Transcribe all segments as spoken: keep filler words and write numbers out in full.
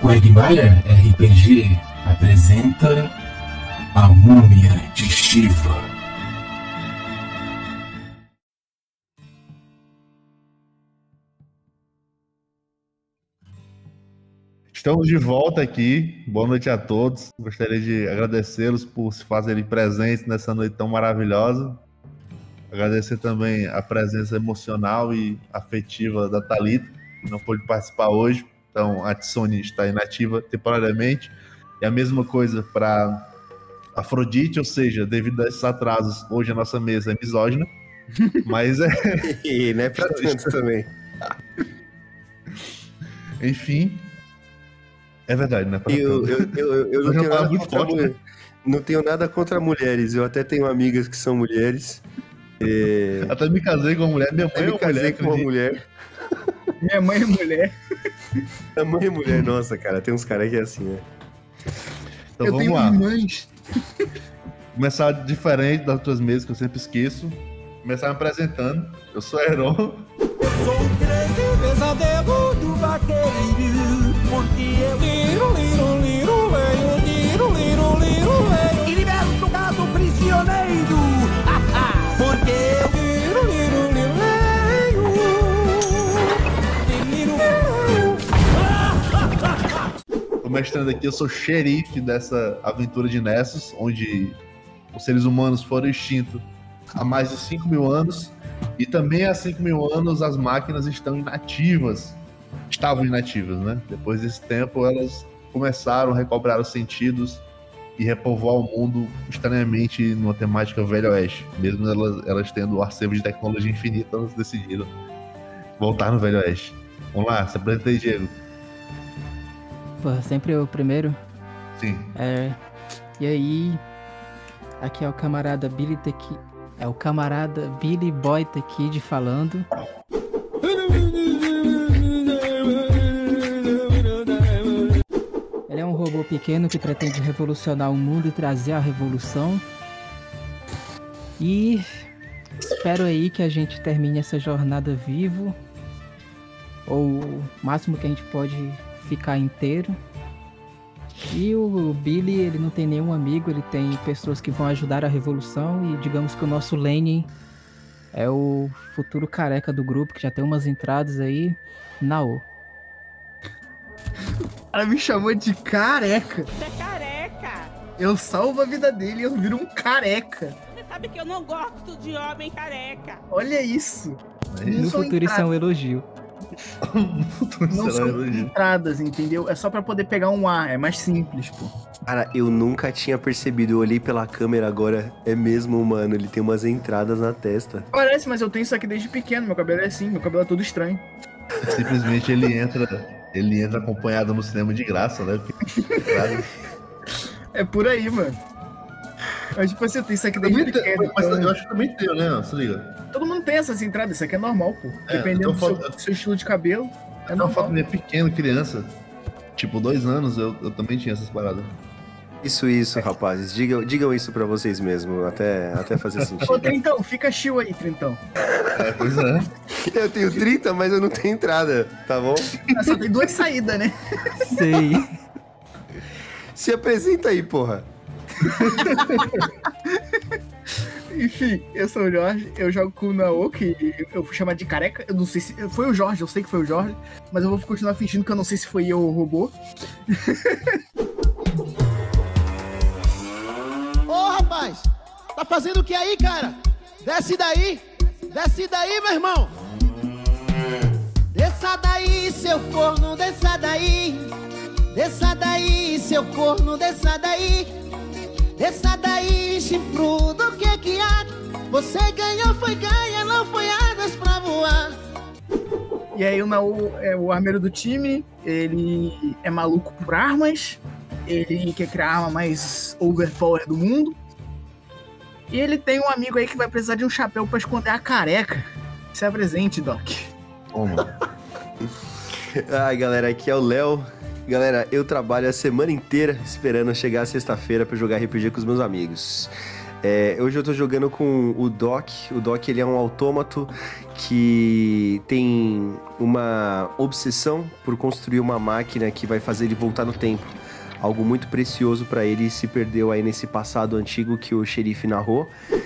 Quagmire R P G apresenta A Múmia de Shiva. Estamos de volta aqui. Boa noite a todos. Gostaria de agradecê-los por se fazerem presentes nessa noite tão maravilhosa. Agradecer também a presença emocional e afetiva da Thalita, que não pôde participar hoje. Então a Tsune está inativa temporariamente. E a mesma coisa para Afrodite, ou seja, devido a esses atrasos, hoje a nossa mesa é misógina. Mas é. E não é pra tanto também. Enfim. É verdade, né? Eu, eu, eu, eu, eu não, tenho nada contra forte, mulher, né? não tenho nada contra mulheres. Eu até tenho amigas que são mulheres. E... Até me casei com uma mulher. Minha mãe até é me uma casei mulher. com uma mulher. Minha mãe é mulher. A mãe é mulher, nossa, cara. Tem uns caras que é assim, né? Então eu vamos tenho lá. irmãs. Começar diferente das outras mesas que eu sempre esqueço. Começar me apresentando. Eu sou Heron. Sou o grande pesadelo do vaqueiro, porque eu liro, liro, liro, leio, liro, liro, liro, leio, e liberto o gado prisioneiro, porque eu liro, liro, liro, leio, liro, leio. Tô mestrando aqui, eu sou xerife dessa aventura de Nessus, onde os seres humanos foram extintos há mais de cinco mil anos. E também há cinco mil anos as máquinas estão inativas. Estavam inativas, né? Depois desse tempo elas começaram a recobrar os sentidos e repovoar o mundo instantaneamente numa temática Velho Oeste. Mesmo elas, elas tendo o acervo de tecnologia infinita, elas decidiram voltar no Velho Oeste. Vamos lá, se apresenta aí, Diego. Pô, sempre eu primeiro. Sim. É, e aí, aqui é o camarada Billy The Kid. É o camarada Billy Boy The Kid falando. Ele é um robô pequeno que pretende revolucionar o mundo e trazer a revolução. E espero aí que a gente termine essa jornada vivo. Ou o máximo que a gente pode ficar inteiro. E o Billy, ele não tem nenhum amigo, ele tem pessoas que vão ajudar a revolução. E digamos que o nosso Lenny é o futuro careca do grupo, que já tem umas entradas aí. Nao. Ela me chamou de careca. Você é careca. Eu salvo a vida dele e eu viro um careca. Você sabe que eu não gosto de homem careca. Olha isso. Não No futuro isso é um elogio. Não são entradas, entendeu? É só pra poder pegar um ar, é mais simples, pô. Cara, eu nunca tinha percebido. Eu olhei pela câmera agora. É mesmo, mano. Ele tem umas entradas na testa. Parece, mas eu tenho isso aqui desde pequeno. Meu cabelo é assim, meu cabelo é todo estranho. Simplesmente ele entra, ele entra acompanhado no cinema de graça, né? Porque, claro. É por aí, mano. Mas tipo assim, eu tenho isso aqui desde pequeno. Mas então... eu acho que também tem, né? Se liga. Todo mundo tem essas entradas, isso aqui é normal, pô. É, Dependendo do então seu, foto- do seu estilo de cabelo, é É uma normal. foto minha pequena, criança. Tipo, dois anos, eu, eu também tinha essas paradas. Isso, isso, rapazes. Digam, digam isso pra vocês mesmo. Até, até fazer Ô, sentido. Trintão, fica chill aí, Trintão. É, pois é. Eu tenho trinta, mas eu não tenho entrada, tá bom? Ah, só tem duas saídas, né? Sei. Se apresenta aí, porra. Enfim, eu sou o Jorge, eu jogo com o Nao, que eu fui chamar de careca. Eu não sei se. Foi o Jorge, eu sei que foi o Jorge, mas eu vou continuar fingindo que eu não sei se foi eu ou o robô. Ô, rapaz, tá fazendo o que aí, cara? Desce daí, desce daí, meu irmão. Desça daí, seu corno, desça daí. Desça daí, seu corno, desça daí. Desça daí, chifrudo, o que que há? Você ganhou, foi ganha, não foi águas pra voar. E aí o Nao é o armeiro do time, ele é maluco por armas, ele quer criar a arma mais overpower do mundo. E ele tem um amigo aí que vai precisar de um chapéu pra esconder a careca. Se apresente, Doc. Toma. Ai, galera, aqui é o Léo. Galera, eu trabalho a semana inteira esperando chegar a sexta-feira pra jogar R P G com os meus amigos. É, hoje eu tô jogando com o Doc. O Doc, ele é um autômato que tem uma obsessão por construir uma máquina que vai fazer ele voltar no tempo. Algo muito precioso pra ele e se perdeu aí nesse passado antigo que o xerife narrou.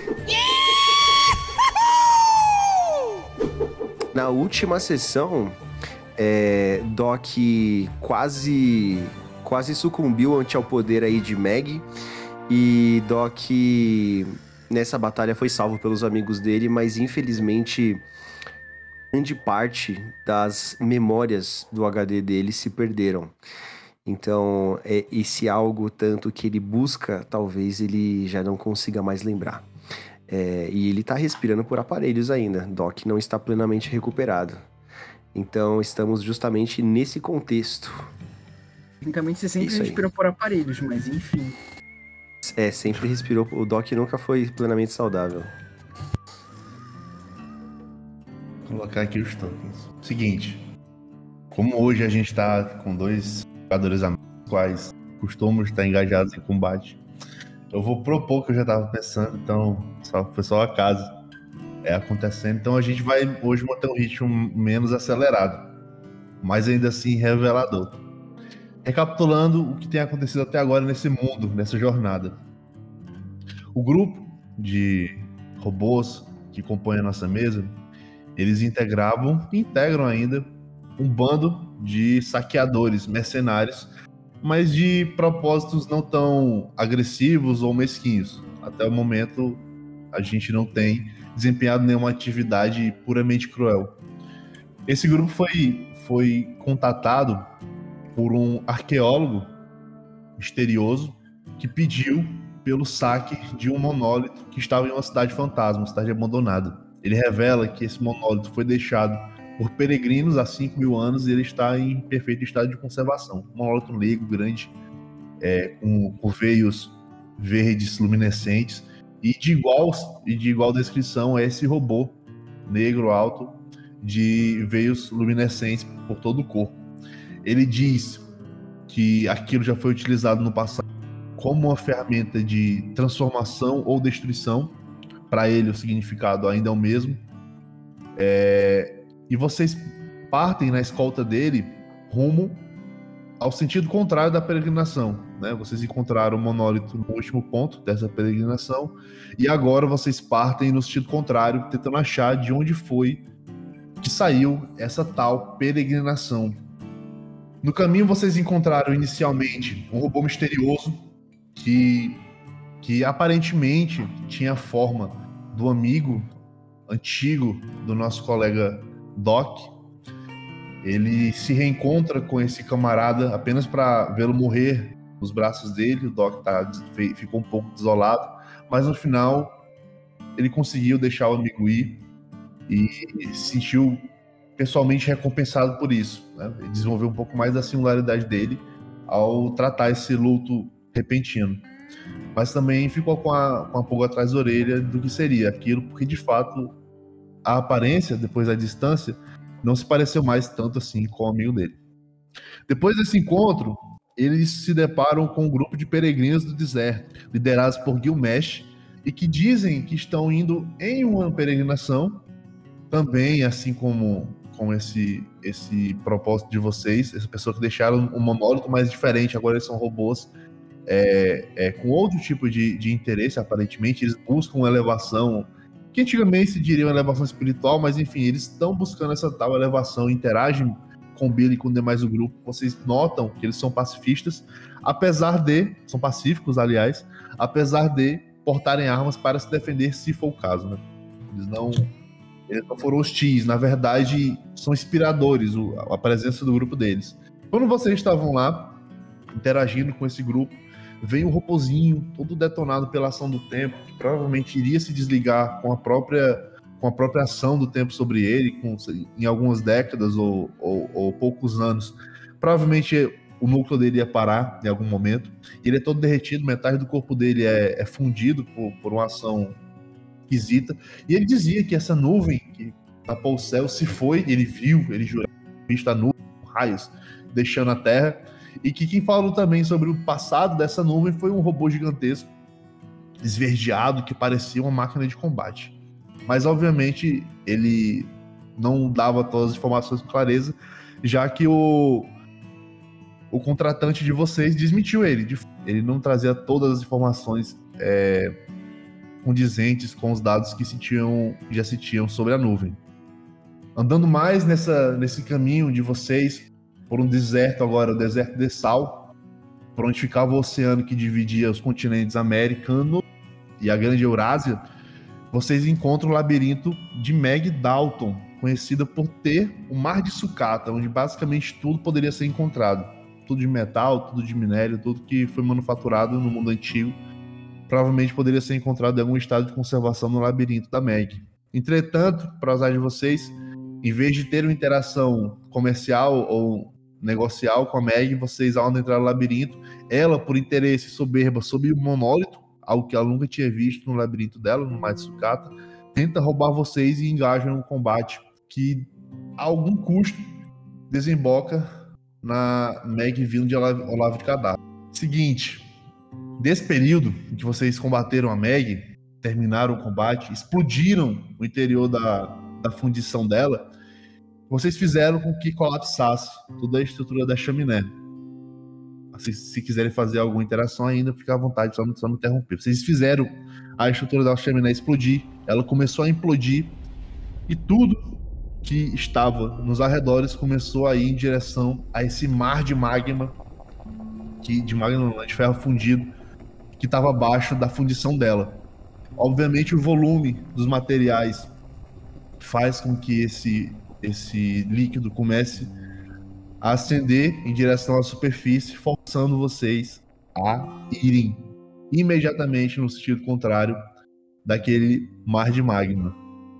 Na última sessão, é, Doc quase, quase sucumbiu ante ao poder aí de Meg. E Doc, nessa batalha, foi salvo pelos amigos dele, mas infelizmente, grande parte das memórias do H D dele se perderam. Então, é esse algo tanto que ele busca, talvez ele já não consiga mais lembrar. É, e ele tá respirando por aparelhos ainda. Doc não está plenamente recuperado. Então, estamos justamente nesse contexto. Tecnicamente, você sempre Isso aí. respira por aparelhos, mas enfim. É, sempre respirou. O Doc nunca foi plenamente saudável. Vou colocar aqui os tokens. Seguinte. Como hoje a gente tá com dois jogadores a mais, quais costumam estar engajados em combate, eu vou propor o que eu já tava pensando, então só foi só acaso é acontecendo. Então a gente vai hoje manter um ritmo menos acelerado, mas ainda assim revelador. Recapitulando o que tem acontecido até agora nesse mundo, nessa jornada. O grupo de robôs que compõe a nossa mesa, eles integravam e integram ainda um bando de saqueadores, mercenários, mas de propósitos não tão agressivos ou mesquinhos. Até o momento, a gente não tem desempenhado nenhuma atividade puramente cruel. Esse grupo foi, foi contatado por um arqueólogo misterioso que pediu pelo saque de um monólito que estava em uma cidade fantasma, uma cidade abandonada. Ele revela que esse monólito foi deixado por peregrinos há cinco mil anos e ele está em perfeito estado de conservação. Um monólito negro, grande, é, com, com veios verdes luminescentes, e de igual, e de igual descrição é esse robô negro alto de veios luminescentes por todo o corpo. Ele diz que aquilo já foi utilizado no passado como uma ferramenta de transformação ou destruição. Para ele o significado ainda é o mesmo. É... E vocês partem na escolta dele rumo ao sentido contrário da peregrinação, né? Vocês encontraram o monólito no último ponto dessa peregrinação e agora vocês partem no sentido contrário, tentando achar de onde foi que saiu essa tal peregrinação. No caminho vocês encontraram inicialmente um robô misterioso que, que aparentemente tinha a forma do amigo antigo do nosso colega Doc. Ele se reencontra com esse camarada apenas para vê-lo morrer nos braços dele. O Doc tá, ficou um pouco desolado, mas no final ele conseguiu deixar o amigo ir e se sentiu pessoalmente recompensado por isso, né? Ele desenvolveu um pouco mais da singularidade dele ao tratar esse luto repentino, mas também ficou com a, com a pulga atrás da orelha do que seria aquilo, porque de fato a aparência, depois da distância, não se pareceu mais tanto assim com o amigo dele. Depois desse encontro, eles se deparam com um grupo de peregrinos do deserto, liderados por Gilmesh, e que dizem que estão indo em uma peregrinação, também assim como, como esse, esse propósito de vocês, essa pessoa que deixaram um monólito mais diferente, agora eles são robôs, é, é, com outro tipo de, de interesse, aparentemente. Eles buscam uma elevação que antigamente se diria uma elevação espiritual, mas enfim, eles estão buscando essa tal elevação, interagem com o Billy e com o demais do grupo. Vocês notam que eles são pacifistas, apesar de, são pacíficos, aliás, apesar de portarem armas para se defender, se for o caso, né? Eles não, eles não foram hostis, na verdade, são inspiradores, a presença do grupo deles. Quando vocês estavam lá, interagindo com esse grupo, vem um robozinho todo detonado pela ação do tempo, que provavelmente iria se desligar com a própria, com a própria ação do tempo sobre ele, com, em algumas décadas ou, ou, ou poucos anos. Provavelmente o núcleo dele ia parar em algum momento. Ele é todo derretido, metade do corpo dele é, é fundido por, por uma ação esquisita. E ele dizia que essa nuvem que tapou o céu se foi, ele viu, ele jurou, visto a nuvem, raios, deixando a terra. E que quem falou também sobre o passado dessa nuvem foi um robô gigantesco esverdeado que parecia uma máquina de combate. Mas, obviamente, ele não dava todas as informações com clareza, já que o, o contratante de vocês desmentiu ele. Ele não trazia todas as informações é, condizentes com os dados que se tinham, já se tinham sobre a nuvem. Andando mais nessa, nesse caminho de vocês, por um deserto agora, o deserto de Sal, por onde ficava o oceano que dividia os continentes americano e a grande Eurásia, vocês encontram o labirinto de Meg Dalton, conhecida por ter o Mar de Sucata, onde basicamente tudo poderia ser encontrado. Tudo de metal, tudo de minério, tudo que foi manufaturado no mundo antigo, provavelmente poderia ser encontrado em algum estado de conservação no labirinto da Meg. Entretanto, para usar de vocês, em vez de ter uma interação comercial ou negocial com a Meg, vocês, ao entrar no labirinto, ela, por interesse soberba sobre o monólito, algo que ela nunca tinha visto no labirinto dela, no Mar de Sucata, tenta roubar vocês e engaja em um combate que, a algum custo, desemboca na Meg vindo de Olavo de Cadáver. Seguinte, desse período em que vocês combateram a Meg, terminaram o combate, explodiram o interior da, da fundição dela, vocês fizeram com que colapsasse toda a estrutura da chaminé. Se, se quiserem fazer alguma interação ainda, fica à vontade, só não, só não interromper. Vocês fizeram a estrutura da chaminé explodir, ela começou a implodir e tudo que estava nos arredores começou a ir em direção a esse mar de magma, que, de magma não, de ferro fundido, que estava abaixo da fundição dela. Obviamente o volume dos materiais faz com que esse, esse líquido comece a ascender em direção à superfície, forçando vocês a irem imediatamente no sentido contrário daquele mar de magma.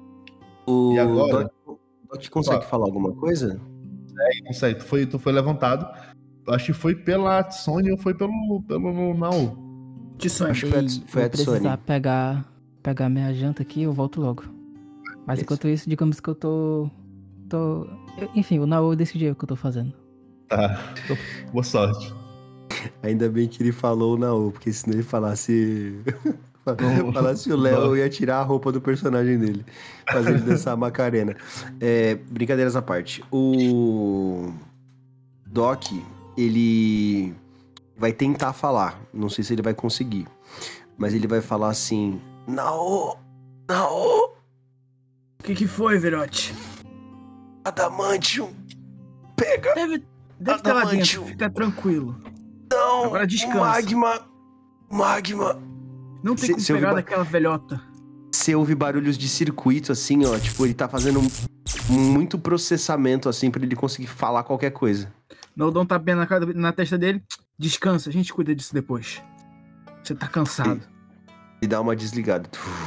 O E agora... Doc, Doc consegue Opa. falar alguma coisa? É, não sei, tu foi, tu foi levantado, acho que foi pela Tsone ou foi pelo, pelo Nao. De sonho. Acho que foi a, Ei, foi a vou precisar Tsone. pegar, pegar minha janta aqui, eu volto logo. Mas Isso. enquanto isso, digamos que eu tô... tô... eu- Enfim, o Nao decidiu o que eu tô fazendo. Tá, boa sorte. Ainda bem que ele falou não, porque senão ele falasse... Não. falasse o Léo, eu ia tirar a roupa do personagem dele. Fazer ele dançar a Macarena. É, brincadeiras à parte. O Doc, ele vai tentar falar. Não sei se ele vai conseguir. Mas ele vai falar assim... Nao! Nao! O que que foi, Verote? Adamantium! Pega! Deve, deve estar lá Adamantium. dentro, fica tranquilo. Não! Agora descansa. Magma! Magma! Não tem Cê- como cê ouviu pegar ba- daquela velhota. Você ouve barulhos de circuito, assim, ó. Tipo, ele tá fazendo muito processamento, assim, pra ele conseguir falar qualquer coisa. Nodon tá bem na, cara- na testa dele. Descansa, a gente cuida disso depois. Você tá cansado. E dá uma desligada.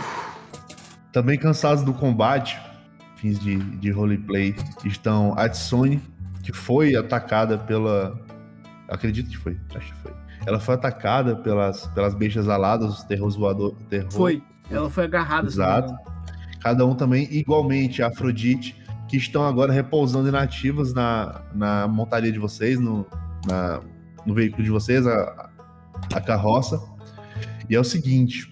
Também cansados do combate, fins de, de roleplay, estão a Tsone, que foi atacada pela... Acredito que foi, acho que foi. Ela foi atacada pelas, pelas bestas aladas, os terrores voadores. Terror. Foi. Ela foi agarrada. se não me Exato. engano. Cada um também, igualmente, a Afrodite, que estão agora repousando inativas na, na montaria de vocês, no, na, no veículo de vocês, a, a carroça. E é o seguinte,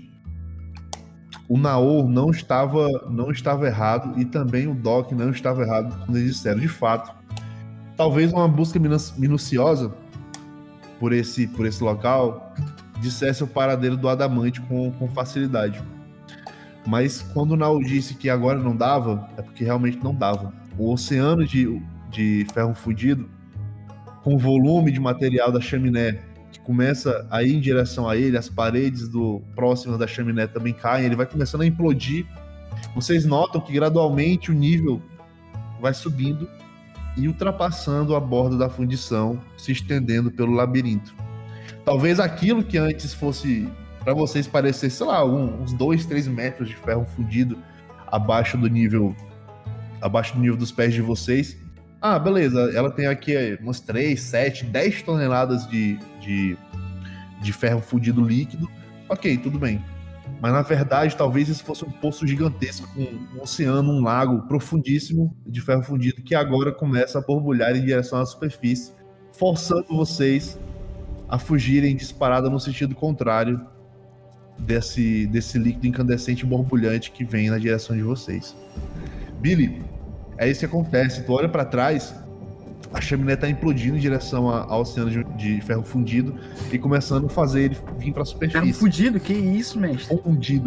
o Nao não estava, não estava errado e também o Doc não estava errado quando eles disseram. De fato, talvez uma busca minu- minuciosa por esse, por esse local dissesse o paradeiro do Adamante com, com facilidade. Mas quando o Nao disse que agora não dava, é porque realmente não dava. O oceano de, de ferro fundido, com o volume de material da chaminé, que começa a ir em direção a ele, as paredes do próximas da chaminé também caem, ele vai começando a implodir. Vocês notam que gradualmente o nível vai subindo e ultrapassando a borda da fundição, se estendendo pelo labirinto. Talvez aquilo que antes fosse, para vocês, parecer, sei lá, um, uns dois, três metros de ferro fundido abaixo do nível, abaixo do nível dos pés de vocês. Ah, beleza, ela tem aqui umas três, sete, dez toneladas de, de, de ferro fundido líquido. Ok, tudo bem. Mas na verdade, talvez isso fosse um poço gigantesco, com um oceano, um lago profundíssimo de ferro fundido que agora começa a borbulhar em direção à superfície, forçando vocês a fugirem disparada no sentido contrário desse, desse líquido incandescente borbulhante que vem na direção de vocês. Billy, é isso que acontece. Tu olha pra trás, a chaminé tá implodindo em direção a- ao oceano de, de ferro fundido e começando a fazer ele vir pra Ferro superfície. fudido? Que isso, mestre? Fundido.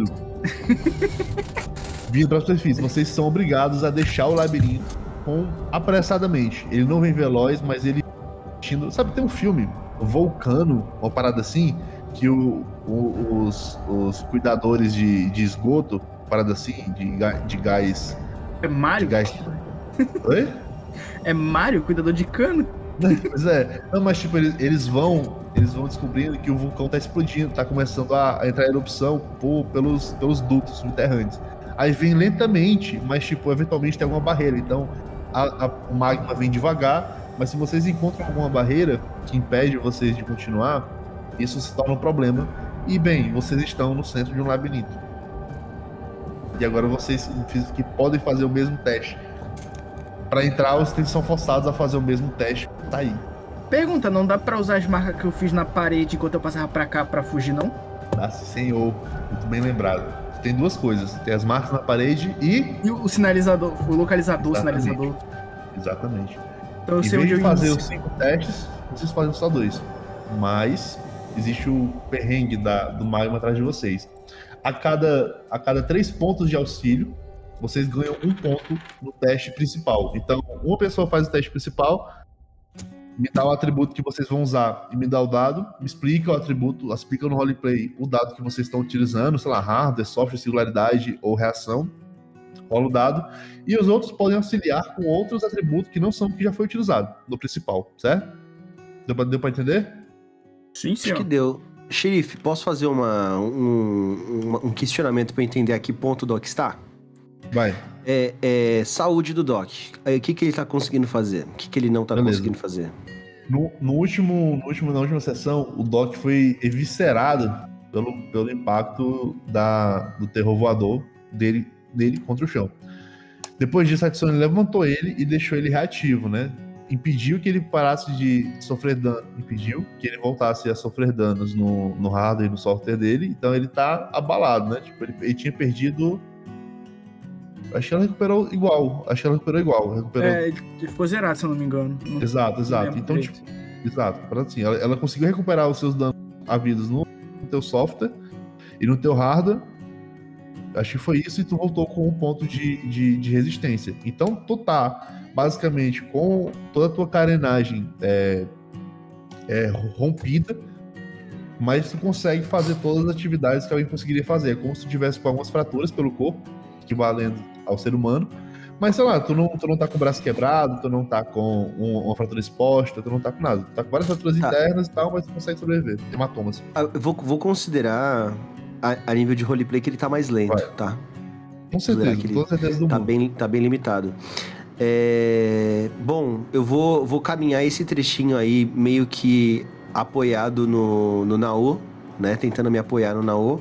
Vindo pra superfície. Vocês são obrigados a deixar o labirinto com apressadamente. Ele não vem veloz, mas ele... Sabe, tem um filme, Vulcano, uma parada assim, que o, o- os, os cuidadores de, de esgoto, parada assim, de, ga- de gás... É De Mario? gás... Oi? É Mario, cuidador de cano? Pois é. Não, mas tipo, eles, eles vão eles vão descobrindo que o vulcão tá explodindo, tá começando a, a entrar em erupção por, pelos, pelos dutos subterrâneos. Aí vem lentamente, mas tipo, eventualmente tem alguma barreira. Então, a- a- o magma vem devagar, mas se vocês encontram alguma barreira que impede vocês de continuar, isso se torna um problema. E bem, vocês estão no centro de um labirinto. E agora vocês que podem fazer o mesmo teste. Pra entrar, vocês são forçados a fazer o mesmo teste. Tá aí. Pergunta, não dá pra usar as marcas que eu fiz na parede enquanto eu passava pra cá pra fugir, não? Tá, senhor. Muito bem lembrado. Tem duas coisas. Tem as marcas na parede e... E o, o sinalizador, o localizador, o Exatamente. sinalizador. Exatamente. Então eu Em sei vez onde de eu fazer inicio. os cinco testes, vocês fazem só dois. Mas existe o perrengue da, do magma atrás de vocês. A cada, a cada três pontos de auxílio, vocês ganham um ponto no teste principal. Então, uma pessoa faz o teste principal, me dá o atributo que vocês vão usar e me dá o dado, me explica o atributo, explica no roleplay o dado que vocês estão utilizando, sei lá, hardware, software, singularidade ou reação, rola o dado, e os outros podem auxiliar com outros atributos que não são o que já foi utilizado no principal, certo? Deu pra, deu pra entender? Sim, Acho senhor. que deu. Xerife, posso fazer uma, um, uma- um questionamento pra entender a que ponto o Doc está? Vai. É, é saúde do Doc. Aí, o que, que ele tá conseguindo fazer? O que, que ele não tá Beleza. conseguindo fazer? No, no último, no último, na última sessão, o Doc foi eviscerado pelo, pelo impacto da, do terror voador dele, dele contra o chão. Depois disso, a Tsune levantou ele e deixou ele reativo, né? Impediu que ele parasse de sofrer dano, impediu que ele voltasse a sofrer danos no, no hardware e no software dele, então ele tá abalado, né? Tipo, ele, ele tinha perdido... Acho que ela recuperou igual, acho que ela recuperou igual, recuperou... É, ele ficou zerado, se eu não me engano. Não- Exato, exato. lembro Então, direito. tipo, exato. Para assim, ela, ela conseguiu recuperar os seus danos havidos no, no teu software e no teu hardware. Acho que foi isso e tu voltou com um ponto de, de, de resistência. Então, tu tá, basicamente, com toda a tua carenagem é, é, rompida, mas tu consegue fazer todas as atividades que alguém conseguiria fazer. É como se tu tivesse com algumas fraturas pelo corpo, equivalendo ao ser humano. Mas, sei lá, tu não, tu não tá com o braço quebrado, tu não tá com um- uma fratura exposta, tu não tá com nada. Tu tá com várias fraturas Tá. internas e tal, mas tu consegue sobreviver. Hematomas. Ah, eu vou, vou considerar a, a nível de roleplay que ele tá mais lento, Vai. tá? Com certeza, que ele com toda certeza do Tá mundo. bem, tá bem limitado. É, bom, eu vou, vou caminhar esse trechinho aí meio que apoiado no, no Naô, né? Tentando me apoiar no Naô.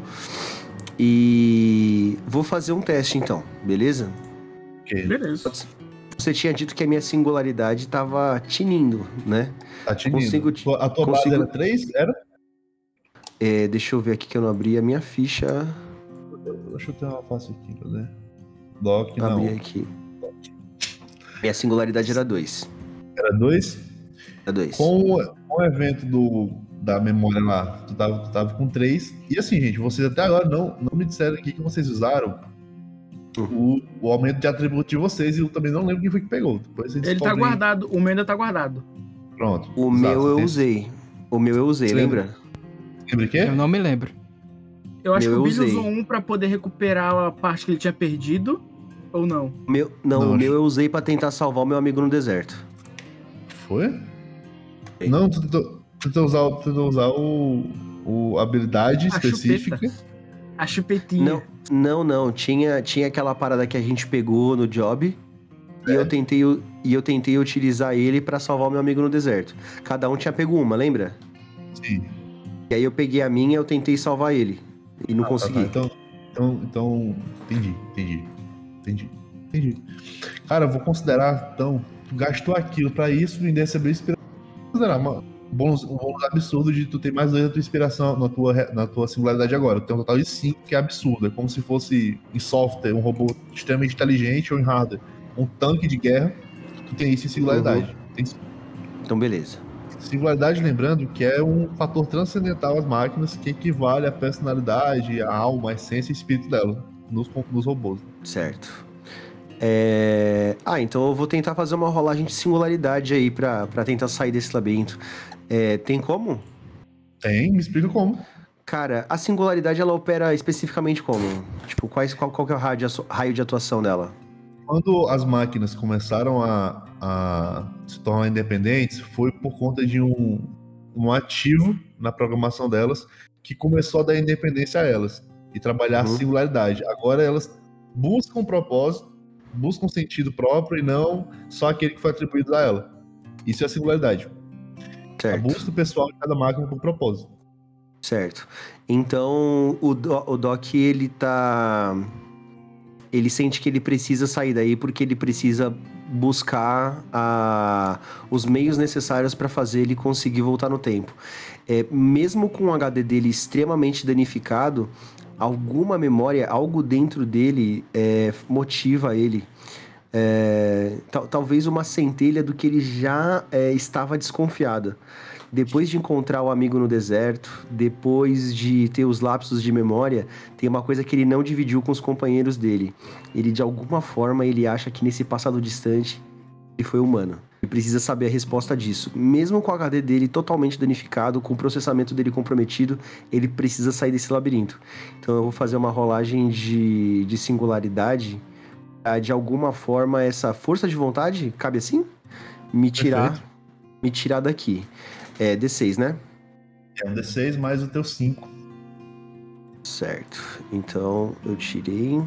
E vou fazer um teste então, beleza? Ok. Beleza. Você tinha dito que a minha singularidade tava tinindo, né? Tá te indo. Consigo te- Tua- A tua consigo- base era três? Era? É, deixa eu ver aqui que eu não abri a minha ficha. Deixa eu ter uma fácil aqui, cadê? Doc, não. Abri aqui. Minha singularidade era dois. Era dois? Era dois. Com, o- com o evento do, da memória lá, tu tava, tu tava com três. E assim, gente, vocês até agora não, não me disseram aqui que vocês usaram o, o aumento de atributo de vocês e eu também não lembro quem foi que pegou. Depois vocês Ele tá descobrem. guardado, o meu ainda tá guardado. Pronto. O Exato, meu eu tem- usei. O meu eu usei, Você lembra? Lembra o quê? Eu não me lembro. Eu acho Meu, que o eu Billy usei. usou um pra poder recuperar a parte que ele tinha perdido, ou não? O meu, não, Não, o acho- meu eu usei pra tentar salvar o meu amigo no deserto. Foi? Não, tu tentou, tu tentou usar, tu tentou usar o, o habilidade A específica. A chupetinha. Não, não, não. Tinha, tinha aquela parada que a gente pegou no job. E, eu tentei, u- e eu tentei utilizar ele pra salvar o meu amigo no deserto. Cada um tinha pego uma, lembra? Sim. E aí eu peguei a minha e eu tentei salvar ele. E não Ah, consegui. tá, então, então, então, entendi, entendi, entendi, entendi. Cara, eu vou considerar, então, tu gastou aquilo pra isso, me desse a inspiração. Considerar, mano, bônus, um bônus absurdo de tu ter mais dois na tua inspiração, na tua, na tua singularidade agora. Tu tem um total de cinco, que é absurdo. É como se fosse em software, um robô extremamente inteligente, ou em hardware, um tanque de guerra. Tu tem isso em singularidade. Uhum. Tem Então, beleza. singularidade, lembrando que é um fator transcendental às máquinas que equivale à personalidade, à alma, à essência e espírito dela, nos, nos robôs. Certo. É... Ah, então eu vou tentar fazer uma rolagem de singularidade aí pra, pra tentar sair desse labirinto. É, tem como? Tem, me explica como. Cara, a singularidade ela opera especificamente como? Tipo, quais, qual, qual que é o raio de, raio de atuação dela? Quando as máquinas começaram a, a se tornar independentes, foi por conta de um, um ativo na programação delas que começou a dar independência a elas e trabalhar Uhum. a singularidade. Agora elas buscam um propósito, buscam um sentido próprio e não só aquele que foi atribuído a ela. Isso é a singularidade. A Certo. busca pessoal de cada máquina por propósito. Certo. Então, o, Do- o Doc, ele tá... Ele sente que ele precisa sair daí porque ele precisa buscar a, os meios necessários para fazer ele conseguir voltar no tempo. É, mesmo com o H D dele extremamente danificado, alguma memória, algo dentro dele é, motiva ele. É, tal- talvez uma centelha do que ele já é, estava desconfiado. Depois de encontrar o amigo no deserto, depois de ter os lapsos de memória, tem uma coisa que ele não dividiu com os companheiros dele. Ele, de alguma forma, ele acha que nesse passado distante, ele foi humano. Ele precisa saber a resposta disso. Mesmo com o H D dele totalmente danificado, com o processamento dele comprometido, ele precisa sair desse labirinto. Então eu vou fazer uma rolagem de, de singularidade. Ah, de alguma forma, essa força de vontade, cabe assim? Me tirar, Perfeito. me tirar daqui. É D seis, né? É um D seis mais o teu cinco. Certo. Então, eu tirei...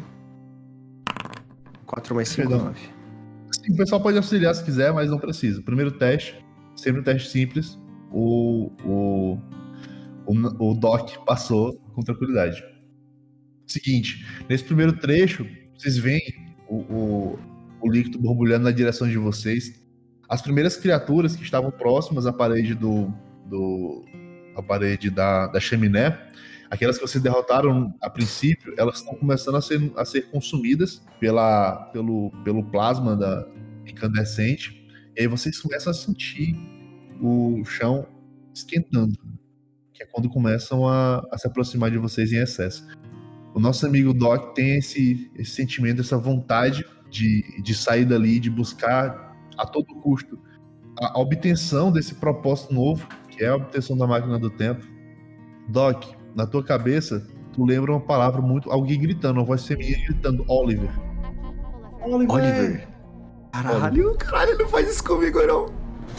quatro mais cinco, Perdão. nove. Sim, o pessoal pode auxiliar se quiser, mas não precisa. Primeiro teste, sempre um teste simples. O, o, o, o Doc passou com tranquilidade. Seguinte, nesse primeiro trecho, vocês veem o, o, o líquido borbulhando na direção de vocês. As primeiras criaturas que estavam próximas à parede do, do à parede da, da chaminé, aquelas que vocês derrotaram a princípio, elas estão começando a ser, a ser consumidas pela, pelo, pelo plasma da incandescente. E aí vocês começam a sentir o chão esquentando, que é quando começam a, a se aproximar de vocês em excesso. O nosso amigo Doc tem esse, esse sentimento, essa vontade de, de sair dali, de buscar a todo custo a, a obtenção desse propósito novo, que é a obtenção da máquina do tempo. Doc, na tua cabeça, tu lembra uma palavra muito... alguém gritando, uma voz feminina gritando, Oliver. Oliver. Caralho, caralho, não faz isso comigo, não.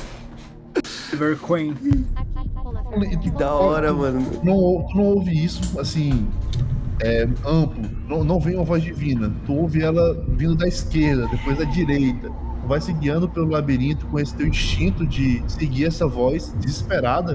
Oliver Queen. Que da hora, mano. Não, tu não ouve isso, assim, é, amplo. Não, não vem uma voz divina. Tu ouve ela vindo da esquerda, depois da direita. Tu vai se guiando pelo labirinto com esse teu instinto de seguir essa voz desesperada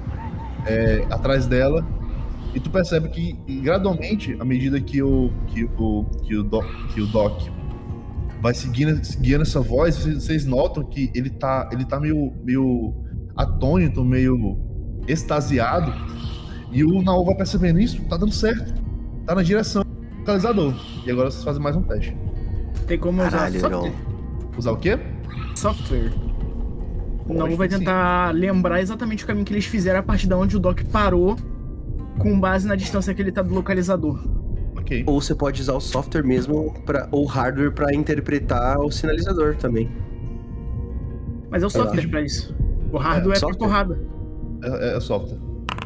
é, atrás dela. E tu percebe que, gradualmente, à medida que o, que o, que o, Doc, que o Doc vai seguindo, seguindo essa voz, vocês, vocês notam que ele tá, ele tá meio, meio atônito, meio extasiado. E o Naô vai percebendo isso, tá dando certo. Tá na direção do localizador. E agora vocês fazem mais um teste. Tem como usar Caralho, software? não. Usar o quê? Software. O Pode, Naú vai sim. tentar lembrar exatamente o caminho que eles fizeram a partir de onde o Doc parou, com base na distância que ele tá do localizador. Ok. Ou você pode usar o software mesmo, pra, ou hardware pra interpretar o sinalizador também. Mas é o Sei lá. software pra isso. O hardware é, pra software? porrada. É, é software.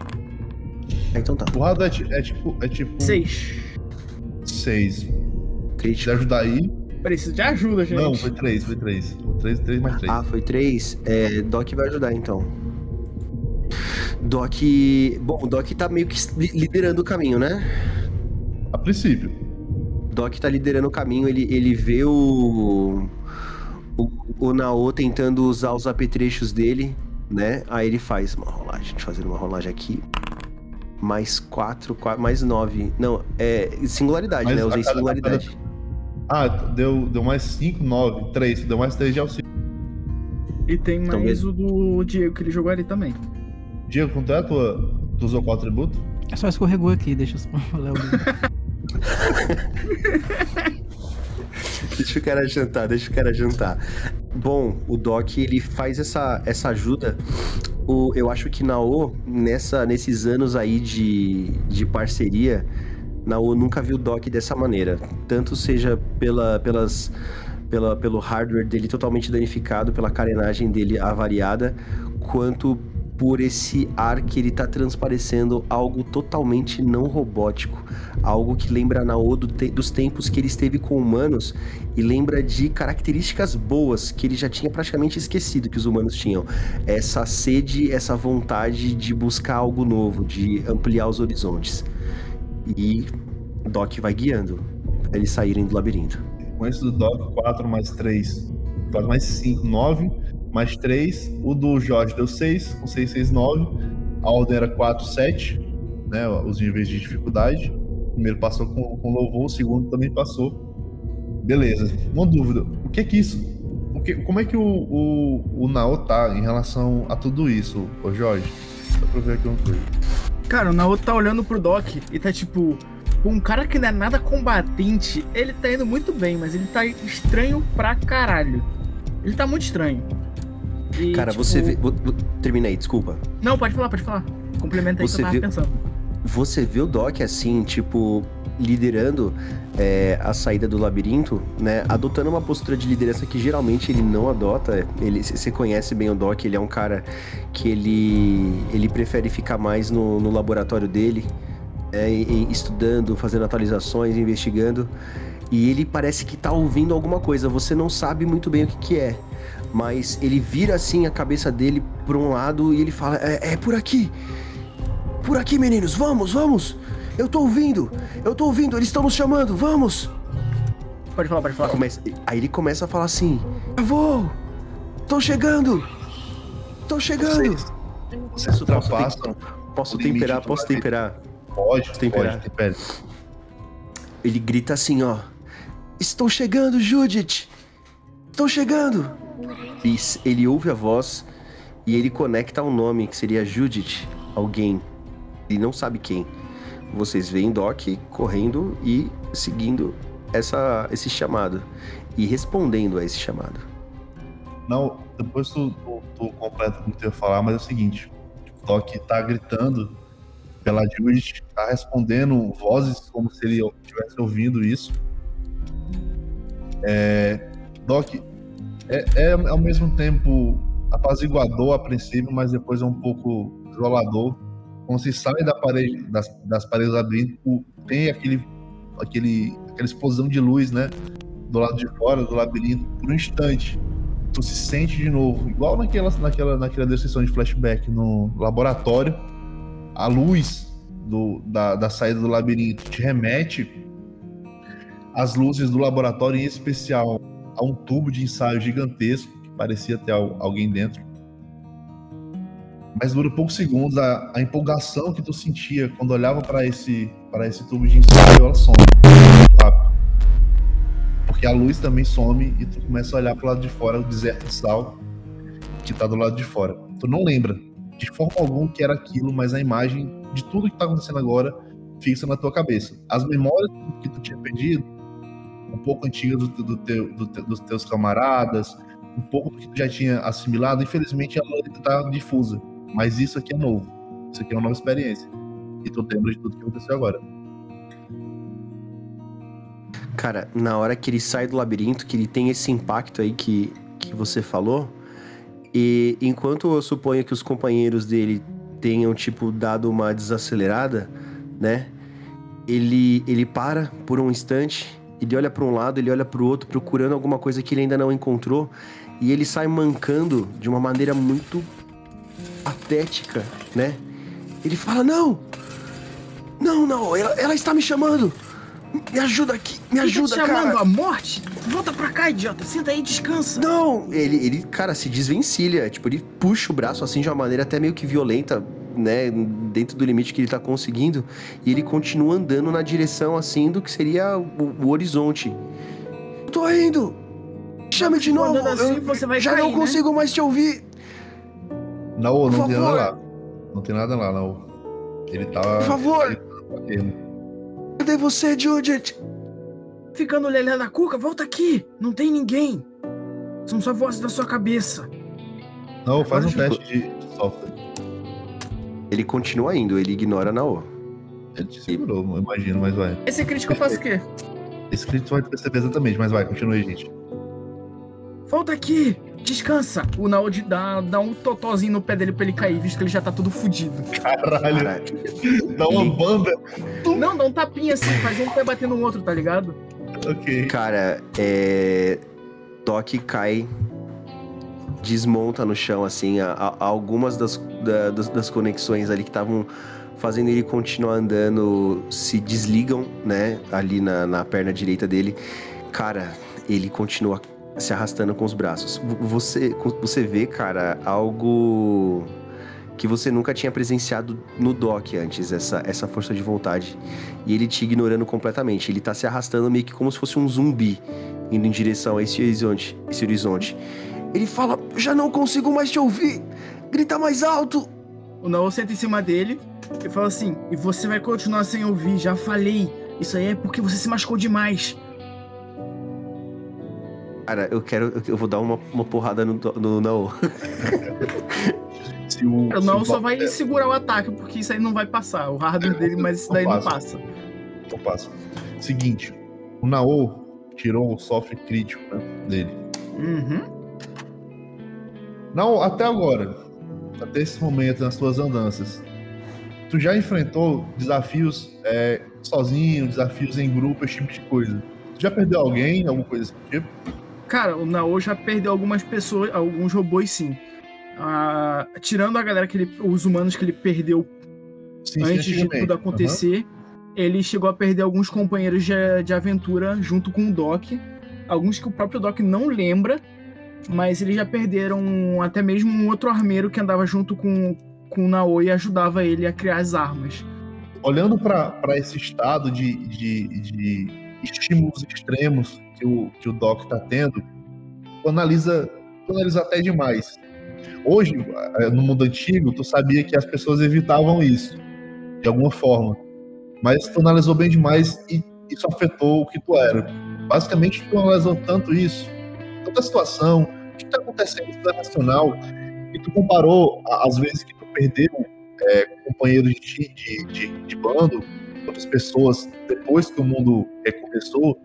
Ah, então tá. O hardware é, ti- é tipo. É tipo. Seis. Seis. Se Crítico. ajudar aí. Preciso de ajuda, gente. Não, foi três, foi três. Foi três, três mais três. Ah, foi três? É, Doc vai ajudar então. Doc. Bom, o Doc tá meio que li- liderando o caminho, né? A princípio. Doc tá liderando o caminho, ele, ele vê o. O, o Naô tentando usar os apetrechos dele, né? Aí ele faz uma rolagem. Deixa eu fazer uma rolagem aqui. Mais quatro, quatro mais nove. Não, é singularidade, Mas né? Eu a usei cada- singularidade. a Ah, deu, deu mais cinco, nove, três. Deu mais três de auxílio. E tem mais Talvez. o do Diego, que ele jogou ali também. Diego, quanto é a tua... Tu usou qual atributo? É só escorregou aqui, deixa eu só ler o livro. Deixa o cara jantar, deixa o cara jantar. Bom, o Doc, ele faz essa, essa ajuda. O, eu acho que Nao, nessa, nesses anos aí de, de parceria, Nao nunca viu o Doc dessa maneira. Tanto seja pela, pelas, pela, pelo hardware dele totalmente danificado, pela carenagem dele avariada, quanto por esse ar que ele tá transparecendo algo totalmente não robótico. Algo que lembra Nao do te- dos tempos que ele esteve com humanos e lembra de características boas que ele já tinha praticamente esquecido que os humanos tinham. Essa sede, essa vontade de buscar algo novo, de ampliar os horizontes. E Doc vai guiando pra eles saírem do labirinto. Com esse do Doc, quatro mais três. quatro mais cinco, nove. Mais três. O do Jorge deu seis. Com seis, seis, nove. A ordem era quatro, sete. Né, os níveis de dificuldade. O primeiro passou com, com louvor, o segundo também passou. Beleza. Uma dúvida. O que é que isso... O que, como é que o, o, o Nao tá em relação a tudo isso, ô Jorge? Só pra eu ver aqui uma coisa. Cara, o Naoto tá olhando pro Doc e tá tipo... Um cara que não é nada combatente, ele tá indo muito bem, mas ele tá estranho pra caralho. Ele tá muito estranho. E, Cara, tipo... você vê... vou- vou- Terminei, desculpa. Não, pode falar, pode falar. Complementa aí Você que eu tava viu- pensando. Você vê o Doc assim, tipo, liderando é, a saída do labirinto, né? Adotando uma postura de liderança que geralmente ele não adota. Ele, você conhece bem o Doc, ele é um cara que ele, ele prefere ficar mais no, no laboratório dele, é, e- e estudando, fazendo atualizações, investigando. E ele parece que tá ouvindo alguma coisa, você não sabe muito bem o que que é. Mas ele vira assim a cabeça dele pra um lado e ele fala, é, é por aqui. Por aqui, meninos, vamos, vamos! Eu tô ouvindo, eu tô ouvindo, eles estão nos chamando, vamos! Pode falar, pode falar. Começa- aí ele começa a falar assim, eu vou! Tô chegando! Tô chegando! Vocês, vocês ultrapassam... Posso o limite temperar, do posso labirinto. temperar. Pode, temperar. pode, tempere. Ele grita assim, ó. Estou chegando, Judith! Estou chegando! E s- ele ouve a voz e ele conecta ao nome, que seria Judith, alguém. Ele não sabe quem. Vocês veem Doc correndo e seguindo essa, esse chamado. E respondendo a esse chamado. Não, depois tu, tu, tu completa o que tu ia falar, mas é o seguinte. O Doc tá gritando pela Judith, tá respondendo vozes como se ele estivesse ouvindo isso. É, Doc é, é ao mesmo tempo apaziguador a princípio, mas depois é um pouco isolador. Quando se sai da parede, das, das paredes do labirinto, tem aquele, aquele, aquela explosão de luz, né? Do lado de fora do labirinto, por um instante. Tu se sente de novo, igual naquela, naquela, naquela descrição de flashback no laboratório. A luz do, da, da saída do labirinto te remete às luzes do laboratório, em especial a um tubo de ensaio gigantesco que parecia ter al- alguém dentro. Mas dura poucos segundos. A, a empolgação que tu sentia quando olhava para esse, para esse tubo de ensaio, ela some muito rápido. Porque a luz também some e tu começa a olhar pro lado de fora, o deserto de sal que tá do lado de fora. Tu não lembra de forma alguma o que era aquilo, mas a imagem de tudo que tá acontecendo agora fixa na tua cabeça. As memórias que tu tinha perdido, um pouco antigas do, do teu, do te- dos teus camaradas, um pouco do que tu já tinha assimilado, infelizmente ela ainda tá difusa. Mas isso aqui é novo. Isso aqui é uma nova experiência. E tu lembra de tudo que aconteceu agora. Cara, na hora que ele sai do labirinto, que ele tem esse impacto aí que, que você falou, e enquanto eu suponho que os companheiros dele tenham, tipo, dado uma desacelerada, né? Ele, ele para por um instante, ele olha para um lado, ele olha para o outro, procurando alguma coisa que ele ainda não encontrou, e ele sai mancando de uma maneira muito patética, né? Ele fala, não! Não, não, ela, ela está me chamando! Me ajuda aqui, me ajuda, Tá te chamando cara! a morte? Volta pra cá, idiota. Senta aí e descansa. Não! Ele, ele, cara, se desvencilha. Tipo, ele puxa o braço assim de uma maneira até meio que violenta, né? Dentro do limite que ele tá conseguindo. E ele continua andando na direção, assim, do que seria o, o horizonte. Eu tô indo! chame de novo. Andando assim, Eu você vai já cair, não né? consigo mais te ouvir. Não, não Por tem favor. nada lá. Não tem nada lá, não. Ele tá. Por favor. Batendo. Cadê você, Judith? Ficando olhando a cuca, volta aqui. Não tem ninguém. São só vozes da sua cabeça. Não, faz um Agora, teste de de software. Ele continua indo, ele ignora Nao. Ele te segurou, eu imagino, mas vai. Esse crítico eu faço o quê? Esse crítico vai perceber exatamente, mas vai, continua aí, gente. Volta aqui. Descansa. O Naod dá, dá um totozinho no pé dele pra ele cair, visto que ele já tá todo fudido. Caralho, Cara, dá uma ele- banda. Não, dá um tapinha assim, faz um pé bater no outro, tá ligado? Ok. cara, é. Doc cai, desmonta no chão, assim. A, a- algumas das, da- das, das conexões ali que estavam fazendo ele continuar andando se desligam, né? Ali na, na perna direita dele. Cara, ele continua se arrastando com os braços. V- Você, você vê, cara, algo que você nunca tinha presenciado no Doc antes, essa, essa força de vontade. E ele te ignorando completamente. Ele tá se arrastando meio que como se fosse um zumbi, indo em direção a esse horizonte. Esse horizonte. Ele fala, já não consigo mais te ouvir! Grita mais alto! O Nao senta em cima dele e fala assim: e você vai continuar sem ouvir, já falei. Isso aí é porque você se machucou demais. Cara, eu quero... Eu vou dar uma, uma porrada no, no Nao. Se o, O se Nao o só Doc- vai é, segurar o ataque, porque isso aí não vai passar. O hardware dele, mas isso daí não passa. Eu passo. Seguinte, o Nao tirou o software crítico, né, dele. Uhum. Não, até agora, até esse momento nas suas andanças, tu já enfrentou desafios é, sozinho, desafios em grupo, esse tipo de coisa? Tu já perdeu alguém, alguma coisa desse tipo? Cara, o Nao já perdeu algumas pessoas, alguns robôs sim. Ah, tirando a galera que ele, os humanos que ele perdeu Sim, antes de antigamente. tudo acontecer, ele chegou a perder alguns companheiros de, de aventura junto com o Doc. Alguns que o próprio Doc não lembra, mas eles já perderam até mesmo um outro armeiro que andava junto com, com o Nao e ajudava ele a criar as armas. Aham. Olhando para esse estado de, de, de estímulos extremos que o, que o Doc tá tendo, tu analisa, tu analisa até demais. Hoje, no mundo antigo, tu sabia que as pessoas evitavam isso, de alguma forma. Mas tu analisou bem demais e isso afetou o que tu era. Basicamente, tu analisou tanto isso, tanta situação, o que tá acontecendo no nacional, e tu comparou a- as vezes que tu perdeu é, companheiros de, ti- de, de, de bando, outras pessoas, depois que o mundo recomeçou.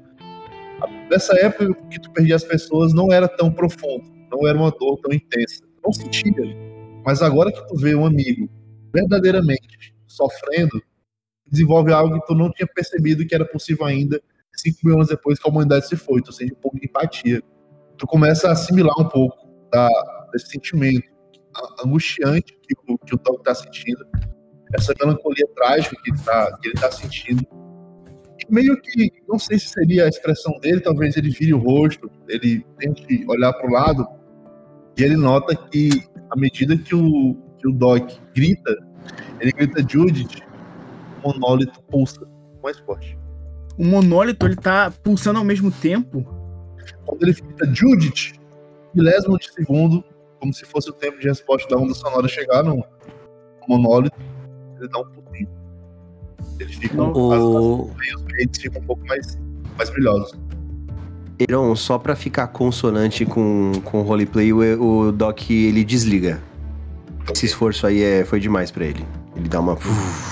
Nessa época que tu perdia as pessoas não era tão profundo, não era uma dor tão intensa, não sentia. Mas agora que tu vê um amigo verdadeiramente sofrendo, desenvolve algo que tu não tinha percebido que era possível ainda cinco mil anos depois que a humanidade se foi. Tu sente um pouco de empatia. Tu começa a assimilar um pouco da, desse sentimento angustiante que o, que o Doc tá sentindo, essa melancolia trágica que, tá, que ele tá sentindo. E meio que, não sei se seria a expressão dele, talvez ele vire o rosto, ele tente olhar pro lado, e ele nota que, à medida que o, que o Doc grita, ele grita Judith, o monólito pulsa mais forte. O monólito, ele tá pulsando ao mesmo tempo. Quando ele grita Judith, milésimo de segundo, como se fosse o tempo de resposta da onda sonora chegar no monólito, ele dá um pulinho. Ele fica, O- as, as, os veios ficam um pouco mais, mais brilhosos. Heron, só pra ficar consonante com, com o roleplay, o, o Doc, ele desliga. Esse esforço aí é, foi demais pra ele. Ele dá uma...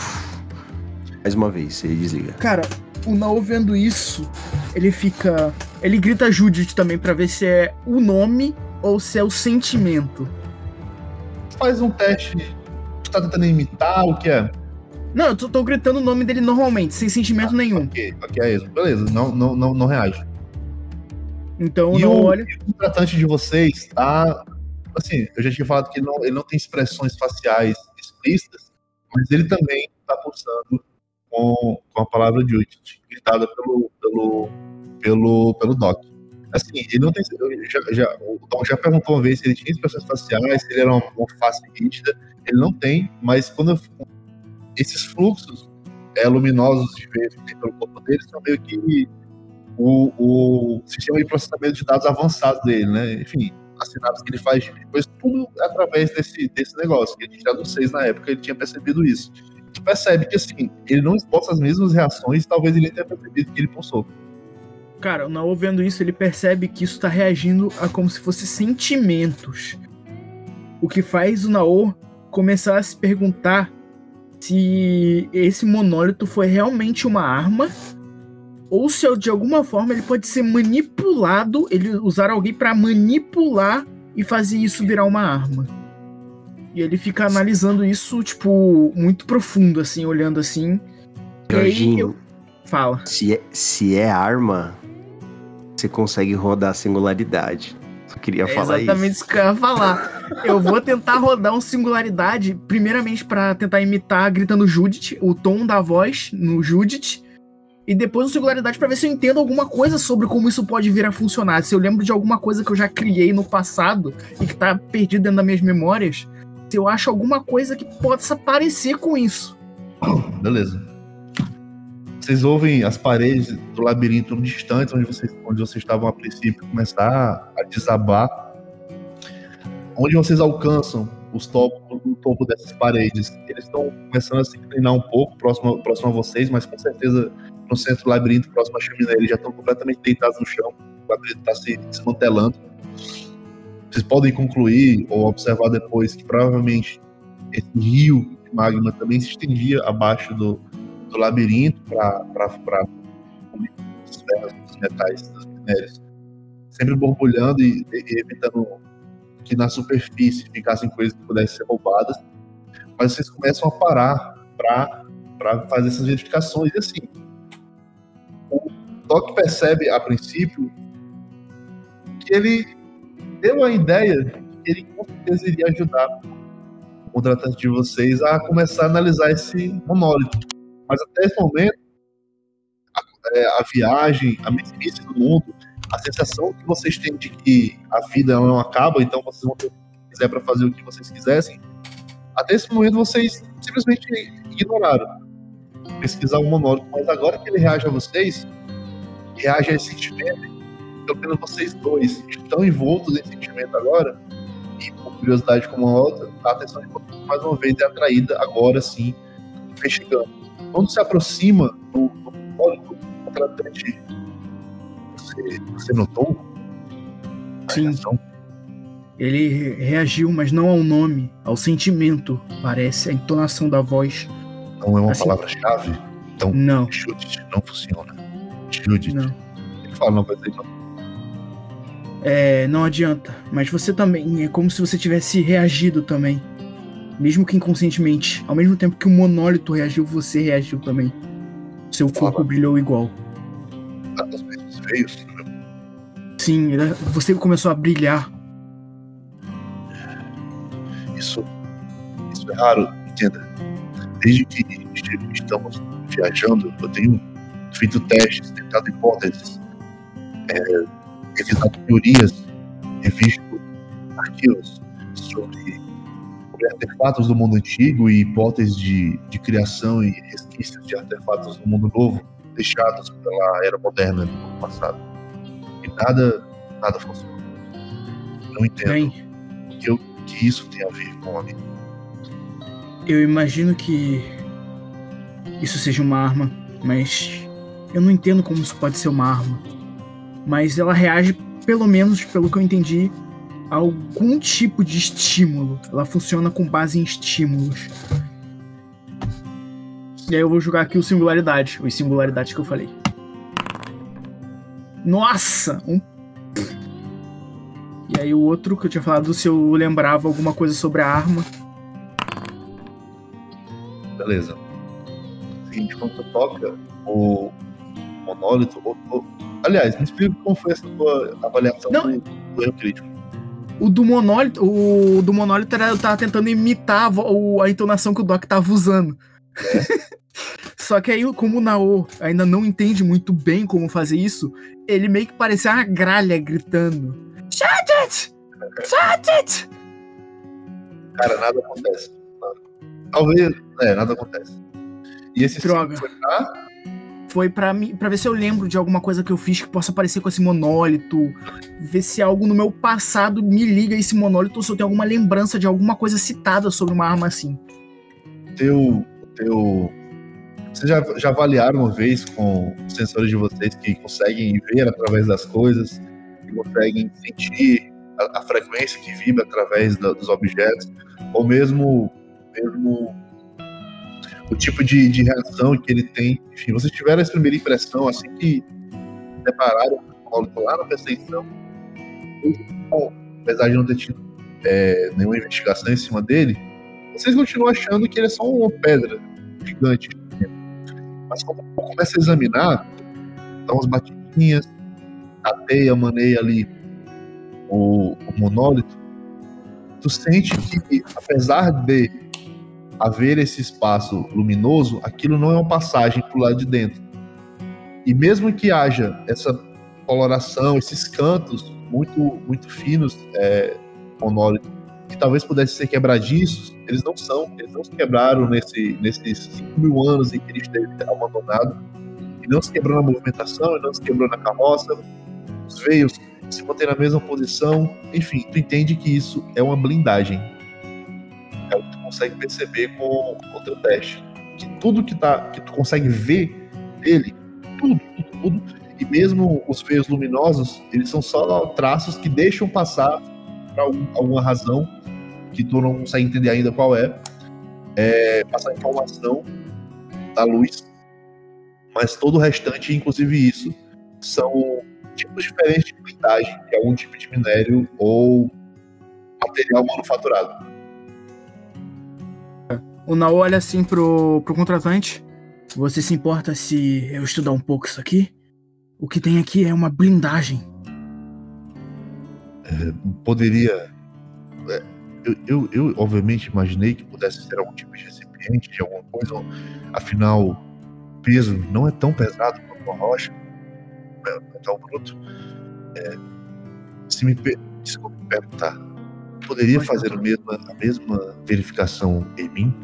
Mais uma vez, ele desliga. Cara, o Nao vendo isso, ele fica... Ele grita Judith também pra ver se é o nome ou se é o sentimento. Faz um teste. Tu tá tentando imitar o que é? Não, eu tô, tô gritando o nome dele normalmente, sem sentimento nenhum. Ok, ok, é isso. Beleza, não, não, não, não reage. Então o E Nao o, olha... o tratante de vocês tá. Assim, eu já tinha falado que ele não, ele não tem expressões faciais explícitas, mas ele também tá pulsando com, com a palavra Judith, gritada pelo, pelo, pelo, pelo Doc. Assim, ele não tem. eu Já, já, o Tom já perguntou uma vez se ele tinha expressões faciais, se ele era uma, uma face rígida. Ele não tem, mas quando eu, esses fluxos é, luminosos de ver que tem pelo corpo dele são meio que o, o sistema de processamento de dados avançado dele, né? Enfim, as sinapses que ele faz, depois tudo através desse, desse negócio, que a gente já não sei na época ele tinha percebido isso. A gente percebe que, assim, ele não exposta as mesmas reações, talvez ele tenha percebido que ele pulsou. Cara, o Nao vendo isso, ele percebe que isso tá reagindo a como se fosse sentimentos. O que faz o Nao começar a se perguntar se esse monólito foi realmente uma arma ou se de alguma forma ele pode ser manipulado, ele usar alguém pra manipular e fazer isso virar uma arma. E ele fica analisando isso, tipo, muito profundo, assim, olhando assim. Jorginho, e aí eu... Fala. Se é, se é arma, você consegue rodar a singularidade. Só queria É falar exatamente isso. isso que eu ia falar. Eu vou tentar rodar um singularidade, primeiramente pra tentar imitar gritando Judith, o tom da voz no Judith, e depois um singularidade pra ver se eu entendo alguma coisa sobre como isso pode vir a funcionar. Se eu lembro de alguma coisa que eu já criei no passado e que tá perdido dentro das minhas memórias, se eu acho alguma coisa que possa parecer com isso. Beleza. Vocês ouvem as paredes do labirinto distante, onde vocês, onde vocês estavam a princípio, começar a desabar. Onde vocês alcançam os topos, o topo dessas paredes. Eles estão começando a se inclinar um pouco, próximo, próximo a vocês, mas com certeza no centro do labirinto, próximo à chaminé, eles já estão completamente deitados no chão. O labirinto está se desmantelando. Vocês podem concluir ou observar depois que provavelmente esse rio de magma também se estendia abaixo do, do labirinto para os ferros, dos metais, dos minérios, sempre borbulhando e, e evitando que na superfície ficassem coisas que pudessem ser roubadas. Mas vocês começam a parar para fazer essas verificações. E assim, o Doc percebe a princípio que ele deu a ideia que ele com certeza iria ajudar o contratante de vocês a começar a analisar esse monólito. Mas até esse momento, a, é, a viagem, a mesmice do mundo, a sensação que vocês têm de que a vida não acaba, então vocês vão ter o que quiser para fazer o que vocês quisessem, até esse momento vocês simplesmente ignoraram pesquisar o monólito. Mas agora que ele reage a vocês, reage a esse sentimento, pelo menos vocês dois estão envoltos nesse sentimento agora, e por curiosidade como a outra, a atenção de vocês mais uma vez é atraída agora sim, investigando. Quando se aproxima do, do monólito, o contratante, você, você notou? A Sim. reação? Ele reagiu, mas não ao nome, ao sentimento, parece, a entonação da voz. Não é uma Assim, palavra-chave? Então, não. Judith, não funciona. Judith. Não. Ele fala, não vai dizer não. É, não adianta. Mas você também, é como se você tivesse reagido também. Mesmo que inconscientemente. Ao mesmo tempo que o monólito reagiu, você reagiu também. Seu corpo Fala. brilhou igual. Ah, das mesmas veios, meu. Sim, ele- você começou a brilhar. Isso, isso é raro, entenda. Desde que est- estamos viajando, eu tenho feito testes, tentado hipóteses, é, revisado teorias, revisto arquivos sobre, sobre artefatos do mundo antigo e hipóteses de, de criação e resquícios de artefatos do mundo novo deixados pela era moderna do mundo passado. E nada, nada funciona. Não entendo Bem, o que, eu, que isso tem a ver com a minha. eu imagino que isso seja uma arma, mas eu não entendo como isso pode ser uma arma. Mas ela reage, pelo menos pelo que eu entendi, a algum tipo de estímulo. Ela funciona com base em estímulos. E aí eu vou jogar aqui o singularidade, os singularidades que eu falei. Nossa! Um... E aí o outro que eu tinha falado, se eu lembrava alguma coisa sobre a arma. Beleza. Seguinte, quando tu toca o monólito, o, o... aliás, me explica como foi essa tua avaliação Não. do, do erro crítico. O do monólito, o do monólito era, eu tava tentando imitar a, vo- o- a entonação que o Doc tava usando. Só que aí, como o Nao ainda não entende muito bem como fazer isso, ele meio que parecia uma gralha gritando. Shut it! Shut it! Cara, nada acontece. Nada. Talvez, é, nada acontece. E esse Droga. sim foi pra... Foi pra, mim, pra ver se eu lembro de alguma coisa que eu fiz que possa parecer com esse monólito. Ver se algo no meu passado me liga a esse monólito ou se eu tenho alguma lembrança de alguma coisa citada sobre uma arma assim. Teu, teu... Vocês já, já avaliaram uma vez com os sensores de vocês que conseguem ver através das coisas, que conseguem sentir a, a frequência que vibra através da, dos objetos, ou mesmo, mesmo o tipo de, de reação que ele tem? Enfim, vocês tiveram essa primeira impressão assim que separaram o monólito lá na perseguição, apesar de não ter tido é, nenhuma investigação em cima dele, vocês continuam achando que ele é só uma pedra gigante. Mas quando começa a examinar, dá umas batidinhas, tateia, maneia ali o, o monólito, tu sente que, apesar de haver esse espaço luminoso, aquilo não é uma passagem pro lado de dentro. E mesmo que haja essa coloração, esses cantos muito, muito finos, é, monólito, que talvez pudessem ser quebradiços, eles não são, eles não se quebraram nesse, nesses cinco mil anos em que ele esteve abandonado, e não se quebrou na movimentação, e não se quebrou na carroça, os veios se mantêm na mesma posição, enfim, tu entende que isso é uma blindagem. É o que tu consegue perceber com o teu teste, que tudo que, tá, que tu consegue ver dele, tudo, tudo, tudo, e mesmo os veios luminosos, eles são só traços que deixam passar por algum, alguma razão que tu não consegue entender ainda qual é, é passar informação da luz, mas todo o restante, inclusive isso, são tipos diferentes de blindagem, de algum tipo de minério ou material manufaturado. O Nao olha assim pro, pro contratante. Você se importa se eu estudar um pouco isso aqui? O que tem aqui é uma blindagem. É, poderia... É, eu, eu, eu, obviamente, imaginei que pudesse ser algum tipo de recipiente, de alguma coisa. Afinal, o peso não é tão pesado quanto uma rocha. É, é tão bruto. É, se me... Per... Desculpe me perguntar. Poderia Pode fazer a mesma, a mesma verificação em mim?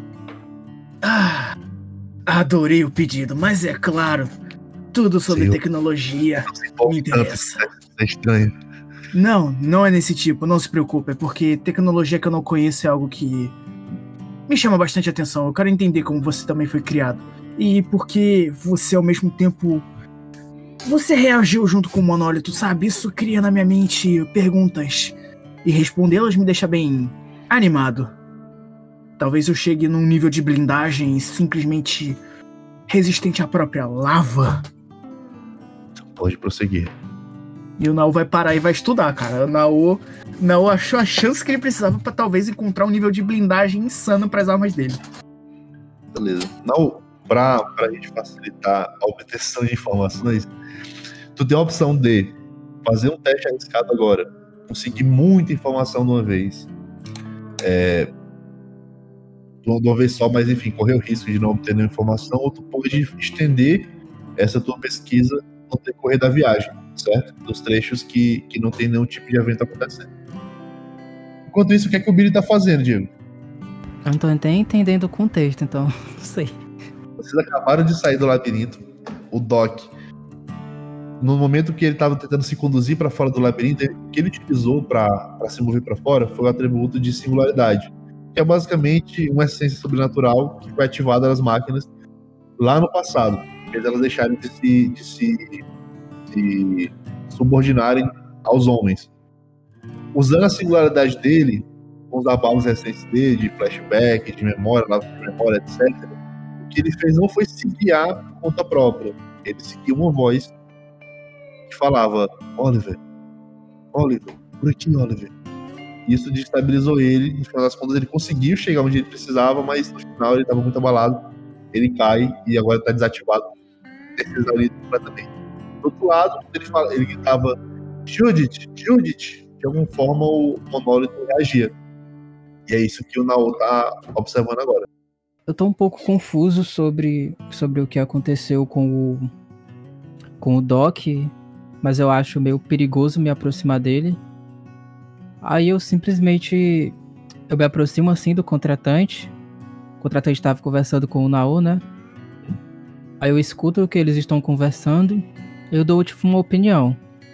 Ah, adorei o pedido, mas é claro, tudo sobre Sim, tecnologia me interessa. Tanto, é estranho. Não, não é nesse tipo, não se preocupe, é porque tecnologia que eu não conheço é algo que me chama bastante atenção. Eu quero entender como você também foi criado. E porque você, ao mesmo tempo, você reagiu junto com o monólito, sabe? Isso cria na minha mente perguntas. E respondê-las me deixa bem animado. Talvez eu chegue num nível de blindagem simplesmente resistente à própria lava. Pode prosseguir. E o Nao vai parar e vai estudar, cara. O Nao, Nao achou a chance que ele precisava pra talvez encontrar um nível de blindagem insano pras armas dele. Beleza. Nao, pra, pra gente facilitar a obtenção de informações, tu tem a opção de fazer um teste arriscado agora, conseguir muita informação de uma vez, é, de uma vez só, mas enfim, correr o risco de não obter nenhuma informação, ou tu pode estender essa tua pesquisa no decorrer da viagem, certo? Dos trechos que, que não tem nenhum tipo de evento acontecendo. Enquanto isso, o que é que o Billy tá fazendo, Diego? Eu não tô nem entendendo o contexto, então não sei. Vocês acabaram de sair do labirinto, o Doc, no momento que ele estava tentando se conduzir para fora do labirinto, o que ele utilizou para se mover para fora foi o atributo de singularidade, que é basicamente uma essência sobrenatural que foi ativada nas máquinas lá no passado, fez elas deixarem de se, de se, de subordinarem aos homens. Usando a singularidade dele, com os abalos recentes dele, de flashback, de memória, de memória, etcétera, o que ele fez não foi se guiar por conta própria, ele seguiu uma voz que falava: Oliver, Oliver, por aqui, Oliver. Isso destabilizou ele. No final das contas, ele conseguiu chegar onde ele precisava, mas no final ele estava muito abalado. Ele cai e agora está desativado. Descesorido completamente. Do outro lado, ele, fala, ele gritava: Judith, Judith. De alguma forma, o monólito reagia. E é isso que o Nao está observando agora. Eu tô um pouco confuso sobre, sobre o que aconteceu com o, com o Doc, mas eu acho meio perigoso me aproximar dele. Aí eu simplesmente eu me aproximo assim do contratante. O contratante estava conversando com o Nao, né? Aí eu escuto o que eles estão conversando, eu dou tipo uma opinião.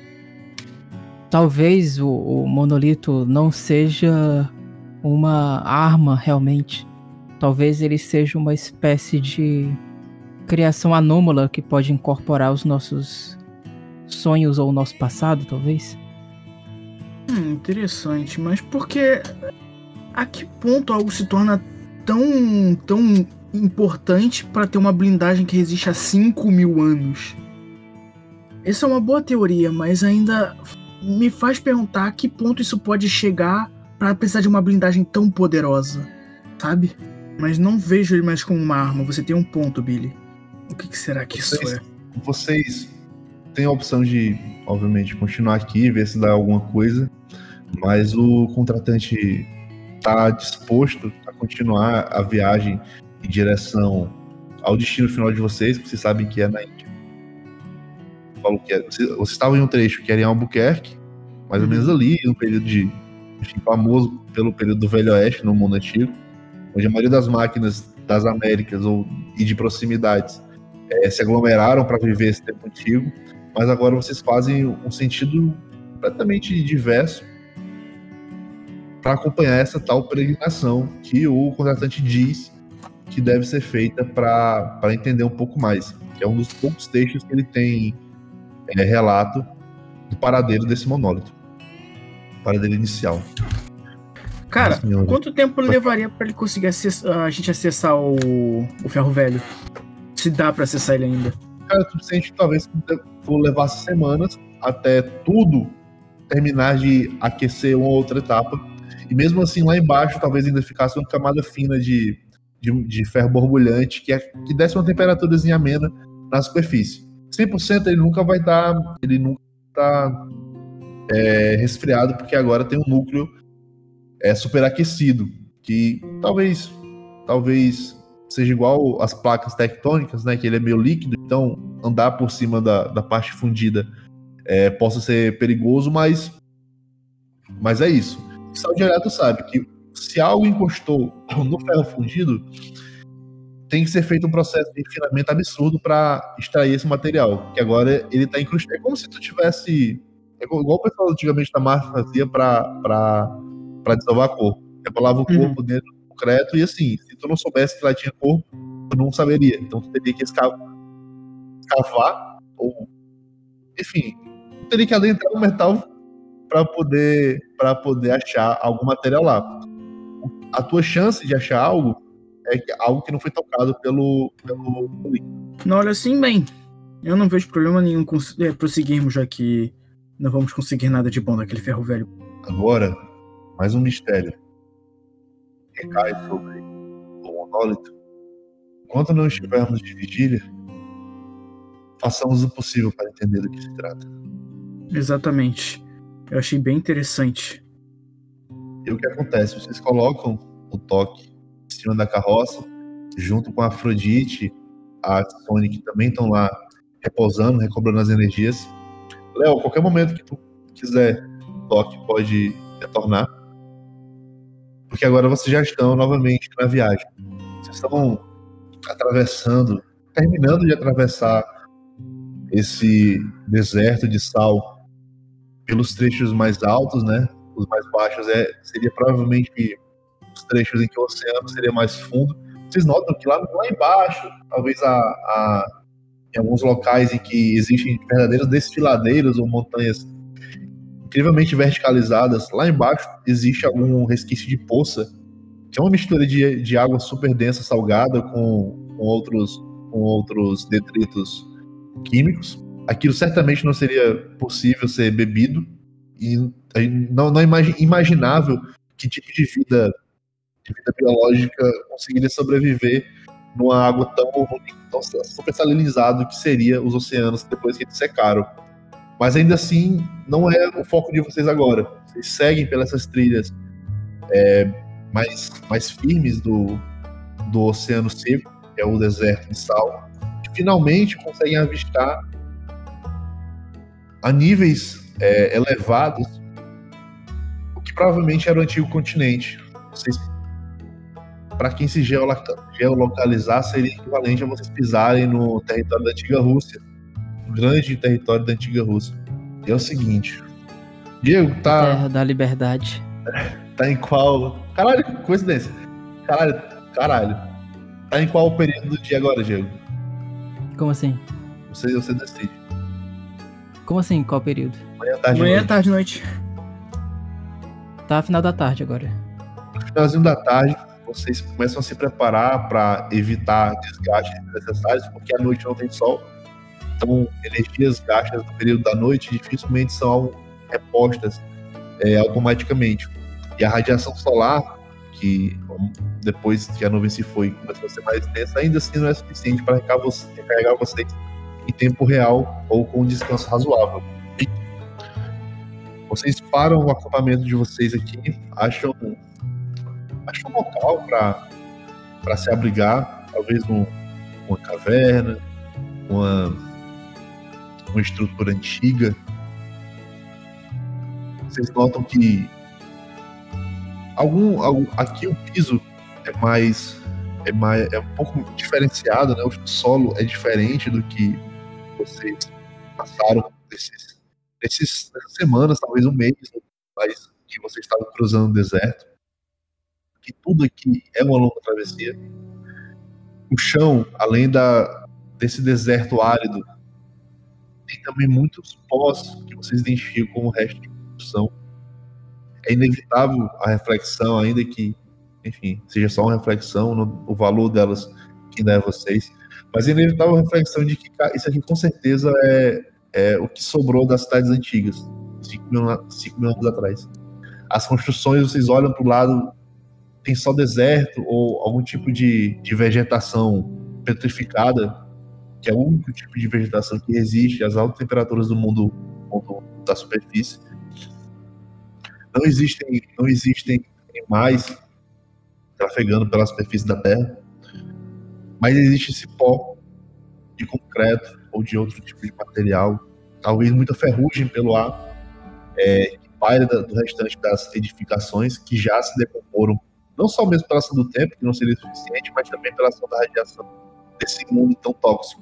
Talvez o, o monolito não seja uma arma realmente. Talvez ele seja uma espécie de criação anômala que pode incorporar os nossos sonhos ou o nosso passado, talvez. Hum, interessante, mas por que... A que ponto algo se torna tão, tão importante para ter uma blindagem que resiste a cinco mil anos? Essa é uma boa teoria, mas ainda me faz perguntar a que ponto isso pode chegar para precisar de uma blindagem tão poderosa, sabe? Mas não vejo ele mais como uma arma. Você tem um ponto, Billy. O que, que será que Vocês, isso é? vocês têm a opção de, obviamente, continuar aqui, ver se dá alguma coisa, mas o contratante está disposto a continuar a viagem em direção ao destino final de vocês, que vocês sabem que é na Índia. Falou que é, vocês, vocês estavam em um trecho que era em Albuquerque, mais ou menos ali, no período de, enfim, famoso pelo período do Velho Oeste, no mundo antigo, onde a maioria das máquinas das Américas ou, e de proximidades é, se aglomeraram para viver esse tempo antigo, mas agora vocês fazem um sentido completamente diverso para acompanhar essa tal peregrinação que o contratante diz que deve ser feita para entender um pouco mais, que é um dos poucos textos que ele tem é, relato do paradeiro desse monólito, paradeiro inicial. Cara, Senhor. quanto tempo levaria para ele conseguir acessar, a gente acessar o, o ferro velho? Se dá para acessar ele ainda. Cara, tu sente que talvez levasse semanas até tudo terminar de aquecer uma outra etapa. E mesmo assim, lá embaixo, talvez ainda ficasse uma camada fina de, de, de ferro borbulhante que, é, que desse uma temperaturazinha amena na superfície. cem por cento ele nunca vai estar tá, ele nunca tá, é, resfriado, porque agora tem um núcleo é, superaquecido, que talvez, talvez seja igual às placas tectônicas, né, que ele é meio líquido, então andar por cima da, da parte fundida é, possa ser perigoso, mas, mas é isso. O Sal Direto sabe que se algo encostou no ferro fundido, tem que ser feito um processo de refinamento absurdo para extrair esse material, que agora ele está incrustado. É como se tu tivesse... É igual o pessoal antigamente da Marta fazia para desovar corpo. Rebolava o corpo uhum. dentro do concreto e assim, se tu não soubesse que lá tinha corpo, tu não saberia. Então tu teria que escavar, escavar ou... Enfim, tu teria que adentrar no metal para poder, para poder achar algum material lá. A tua chance de achar algo é algo que não foi tocado pelo, pelo líquido. Não, olha assim, bem, eu não vejo problema nenhum com é, prosseguirmos, já que não vamos conseguir nada de bom daquele ferro velho. Agora, mais um mistério recai sobre o monólito. Enquanto não estivermos de vigília, façamos o possível para entender do que se trata. Exatamente. Eu achei bem interessante. E o que acontece? Vocês colocam o toque em cima da carroça, junto com a Afrodite, a Sonic também estão lá repousando, recobrando as energias. Léo, a qualquer momento que tu quiser, o toque pode retornar. Porque agora vocês já estão novamente na viagem. Vocês estão atravessando, terminando de atravessar esse deserto de sal pelos trechos mais altos, né? Os mais baixos é, seria provavelmente os trechos em que o oceano seria mais fundo. Vocês notam que lá, lá embaixo, talvez a, a, em alguns locais em que existem verdadeiros desfiladeiros ou montanhas incrivelmente verticalizadas, lá embaixo existe algum resquício de poça, que é uma mistura de, de água super densa, salgada, com, com, outros, com outros detritos químicos. Aquilo certamente não seria possível ser bebido e não, não é imaginável que tipo de vida, de vida biológica conseguiria sobreviver numa água tão, tão super salinizado que seria os oceanos depois que eles secaram. Mas ainda assim, não é o foco de vocês agora. Vocês seguem pelas essas trilhas é, mais, mais firmes do, do oceano seco, que é o deserto de sal, e finalmente conseguem avistar a níveis é, elevados o que provavelmente era o antigo continente. Vocês para quem se geoloca- geolocalizar, seria equivalente a vocês pisarem no território da antiga Rússia, um grande território da antiga Rússia. E é o seguinte, Diego, tá, Terra da Liberdade. tá em qual... Caralho, que coincidência. Caralho, caralho. Tá em qual período do dia agora, Diego? Como assim? Você, você decide. Como assim? Qual período? Manhã, tarde, Manhã, noite. tarde, noite. Tá final da tarde agora. No finalzinho da tarde, vocês começam a se preparar para evitar desgastes desnecessários, porque à noite não tem sol. Então, energias gastas no período da noite dificilmente são repostas é, automaticamente. E a radiação solar, que depois que a nuvem se foi começou a ser mais intensa, ainda assim não é suficiente para recarregar vocês em tempo real ou com um descanso razoável. Vocês param o acampamento de vocês aqui, acham, acham um local para se abrigar, talvez um, uma caverna, uma, uma estrutura antiga. Vocês notam que algum, algum aqui o piso é mais é mais é um pouco diferenciado, né? O solo é diferente do que vocês passaram nesses, nesses, nessas semanas, talvez um mês, mas que vocês estavam cruzando o deserto. Que tudo aqui é uma longa travessia. O chão, além da, desse deserto árido, tem também muitos pós que vocês identificam como resto de construção. É inevitável a reflexão, ainda que, enfim, seja só uma reflexão, no, o valor delas que ainda é vocês, mas é inevitável a reflexão de que isso aqui com certeza é, é o que sobrou das cidades antigas, cinco mil anos atrás. As construções, vocês olham para o lado, tem só deserto ou algum tipo de, de vegetação petrificada, que é o único tipo de vegetação que resiste às altas temperaturas do mundo, mundo da superfície. Não existem, não existem animais trafegando pela superfície da Terra, mas existe esse pó de concreto ou de outro tipo de material, talvez muita ferrugem pelo ar, é, que paira do restante das edificações que já se decomporam, não só mesmo pela ação do tempo, que não seria suficiente, mas também pela ação da radiação desse mundo tão tóxico.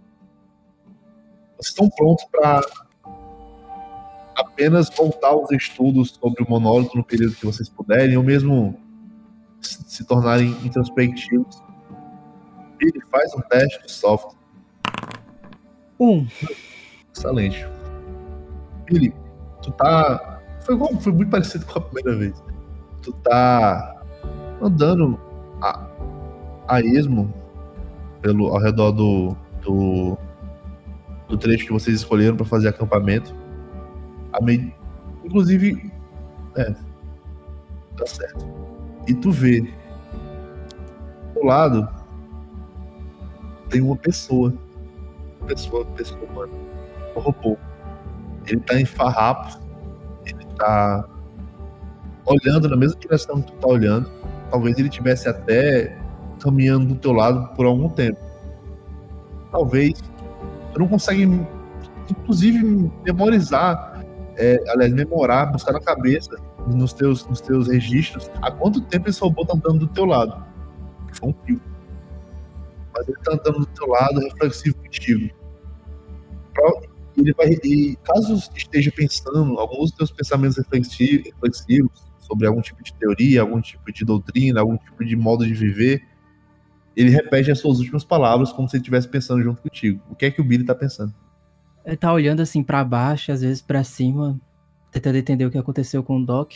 Vocês estão prontos para apenas voltar aos estudos sobre o monólito no período que vocês puderem, ou mesmo se tornarem introspectivos. Ele faz um teste de software. Um. Excelente. Billy, tu tá... Foi, igual, foi muito parecido com a primeira vez. Tu tá andando a, a esmo pelo, ao redor do, do, do trecho que vocês escolheram para fazer acampamento. A meio, inclusive, é, tá certo. E tu vê, do lado, tem uma pessoa, uma pessoa, uma pessoa humana, um robô. Ele tá em farrapos, ele tá olhando na mesma direção que tu tá olhando. Talvez ele estivesse até caminhando do teu lado por algum tempo. Talvez tu não consegue, inclusive, memorizar. É, aliás, memorar, buscar na cabeça, nos teus, nos teus registros, há quanto tempo esse robô tá andando do teu lado. Foi um fio. Mas ele tá andando do teu lado, reflexivo contigo. Ele vai, e caso esteja pensando, alguns dos teus pensamentos reflexivos, reflexivos sobre algum tipo de teoria, algum tipo de doutrina, algum tipo de modo de viver, ele repete as suas últimas palavras como se ele estivesse pensando junto contigo. O que é que o Billy tá pensando? Ele tá olhando assim pra baixo, às vezes pra cima, tentando entender o que aconteceu com o Doc.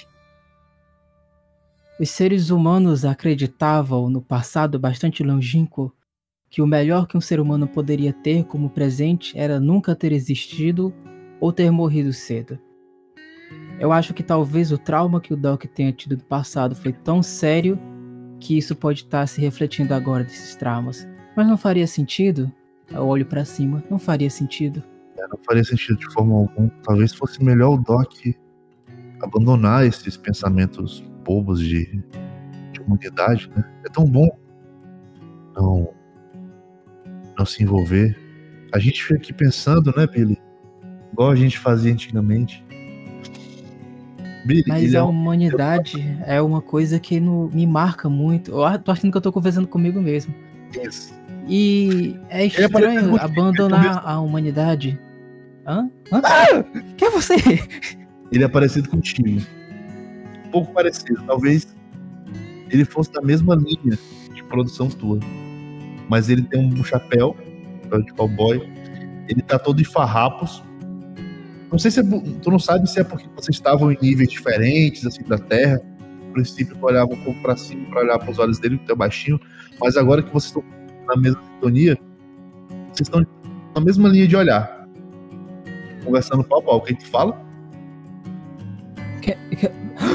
Os seres humanos acreditavam no passado bastante longínquo que o melhor que um ser humano poderia ter como presente era nunca ter existido ou ter morrido cedo. Eu acho que talvez o trauma que o Doc tenha tido no passado foi tão sério que isso pode estar se refletindo agora desses traumas. Mas não faria sentido? Eu olho pra cima, não faria sentido. Não faria sentido de forma alguma. Talvez fosse melhor o Doc abandonar esses pensamentos bobos de, de humanidade, né? É tão bom não, não se envolver. A gente fica aqui pensando, né, Billy? Igual a gente fazia antigamente. Billy, Mas ele a é um- humanidade é uma coisa que no- me marca muito. Eu tô achando que eu tô conversando comigo mesmo. Isso. E é é parecido estranho contigo, abandonar então a humanidade. Hã? Hã? Quem é você? Ele é parecido contigo. Um pouco parecido. Talvez ele fosse da mesma linha de produção tua. Mas ele tem um chapéu, chapéu de cowboy. Ele tá todo em farrapos. Não sei se é, tu não sabe se é porque vocês estavam em níveis diferentes assim da Terra. No princípio tu olhava um pouco pra cima pra olhar pros olhos dele, que tu é baixinho. Mas agora que vocês estão na mesma sintonia, vocês estão na mesma linha de olhar. Conversando pau a pau. Quem tu fala? Que- que-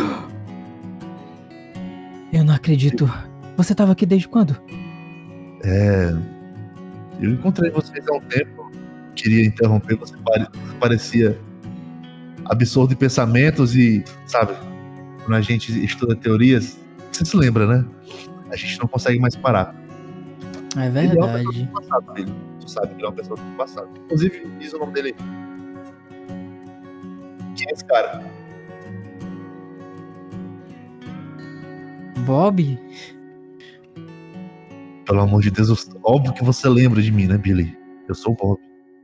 Eu não acredito. Você tava aqui desde quando? É. Eu encontrei vocês há um tempo. Queria interromper, você pare- você parecia absorto em pensamentos e, sabe, quando a gente estuda teorias, você se lembra, né? A gente não consegue mais parar. É Ele é uma pessoa verdade. do passado dele. Tu sabe que ele é uma pessoa do passado. Inclusive, diz o nome dele aí. Quem é esse cara? Bob? Pelo amor de Deus, eu- óbvio que você lembra de mim, né, Billy? Eu sou o Bob.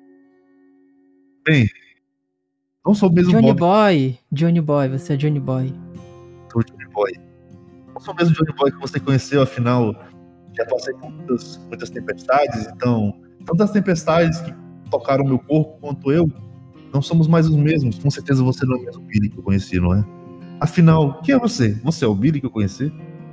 Bem, não sou mesmo Johnny Bob, Boy. Johnny Boy, você é Johnny Boy. sou o Johnny Boy. Não sou mesmo Johnny Boy que você conheceu, afinal, já passei por muitas, muitas tempestades, então, tantas tempestades que tocaram meu corpo quanto eu, não somos mais os mesmos. Com certeza você não é o mesmo Billy que eu conheci, não é? Afinal, quem é você? Você é o Billy que eu conheci?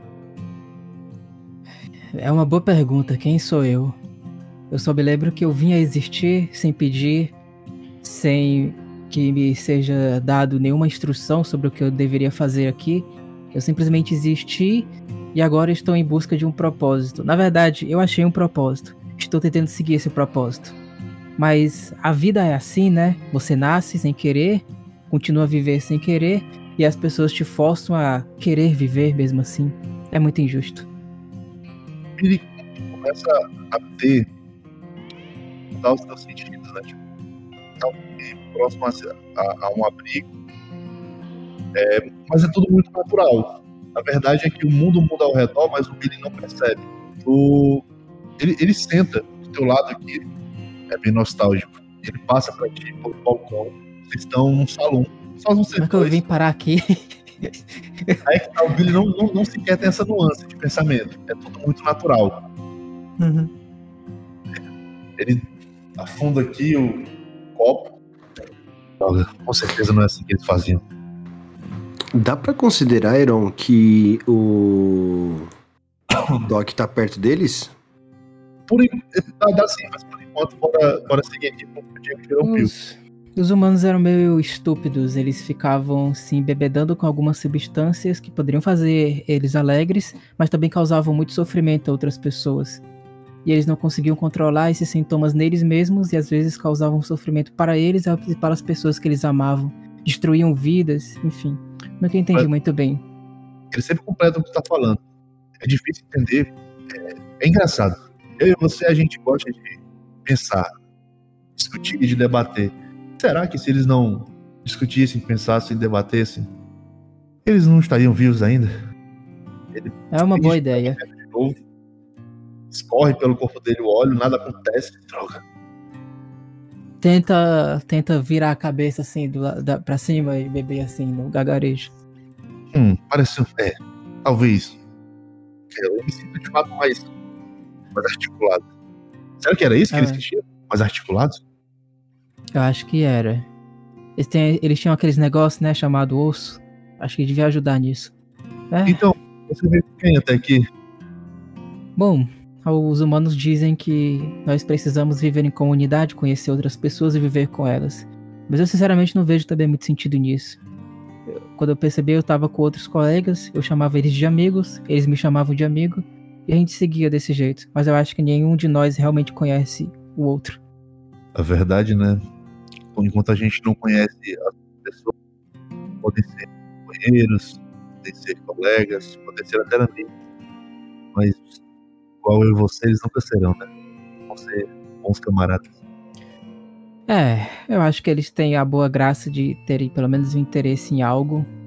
É uma boa pergunta. Quem sou eu? Eu só me lembro que eu vim a existir sem pedir, sem que me seja dado nenhuma instrução sobre o que eu deveria fazer aqui. Eu simplesmente existi e agora estou em busca de um propósito. Na verdade, eu achei um propósito. Estou tentando seguir esse propósito. Mas a vida é assim, né? Você nasce sem querer, continua a viver sem querer e as pessoas te forçam a querer viver mesmo assim. É muito injusto. Billy começa a ter mudar os teus sentidos, né? Tipo, tá próximo a, a, a um abrigo. É, mas é tudo muito natural. A verdade é que o mundo muda ao redor, mas o Billy não percebe. O, ele, ele senta do teu lado aqui, é bem nostálgico. Ele passa pra ti pelo balcão. Vocês estão num salão. Só vocês Como é que eu dois. vim parar aqui? Aí que tá, o Billy não, não, não sequer tem essa nuance de pensamento. É tudo muito natural. Uhum. Ele afunda aqui o copo. Droga, com certeza não é assim que eles faziam. Dá pra considerar, Iron, que o Doc tá perto deles? Por enquanto, dá, dá sim, mas por enquanto, bora, bora seguir aqui pro Diego tirar um pio. Os, os humanos eram meio estúpidos. Eles ficavam se embebedando com algumas substâncias que poderiam fazer eles alegres, mas também causavam muito sofrimento a outras pessoas. E eles não conseguiam controlar esses sintomas neles mesmos e às vezes causavam sofrimento para eles e para as pessoas que eles amavam. Destruíam vidas, enfim. Nunca entendi Mas- muito bem. Ele sempre completa o que tu tá falando. É difícil entender. É, é engraçado. Eu e você, a gente gosta de pensar, discutir e de debater. Será que se eles não discutissem, pensassem, debatessem, eles não estariam vivos ainda? Ele É uma boa ideia. de novo, escorre pelo corpo dele o óleo, nada acontece. Droga. Tenta, tenta virar a cabeça assim do, la- da, pra cima e beber assim no gargarejo. Hum, parece. É, talvez. Eu me sinto de fato mais, mais articulado. Será que era isso que É. eles sentiam? Mais articulados? Eu acho que era. Eles, têm, eles tinham aqueles negócios, né, chamado osso. Acho que devia ajudar nisso. É, Então, você veio com quem até aqui? bom, os humanos dizem que nós precisamos viver em comunidade, conhecer outras pessoas e viver com elas. Mas eu sinceramente não vejo também muito sentido nisso. Eu- quando eu percebi, eu estava com outros colegas, eu chamava eles de amigos, eles me chamavam de amigo, e a gente seguia desse jeito. Mas eu acho que nenhum de nós realmente conhece o outro. A verdade, né? Enquanto a gente não conhece as pessoas, podem ser companheiros, podem ser colegas, podem ser até amigos. Mas, igual eu e você, eles nunca serão, né? Vão ser bons camaradas. É, eu acho que eles têm a boa graça de terem pelo menos um interesse em algo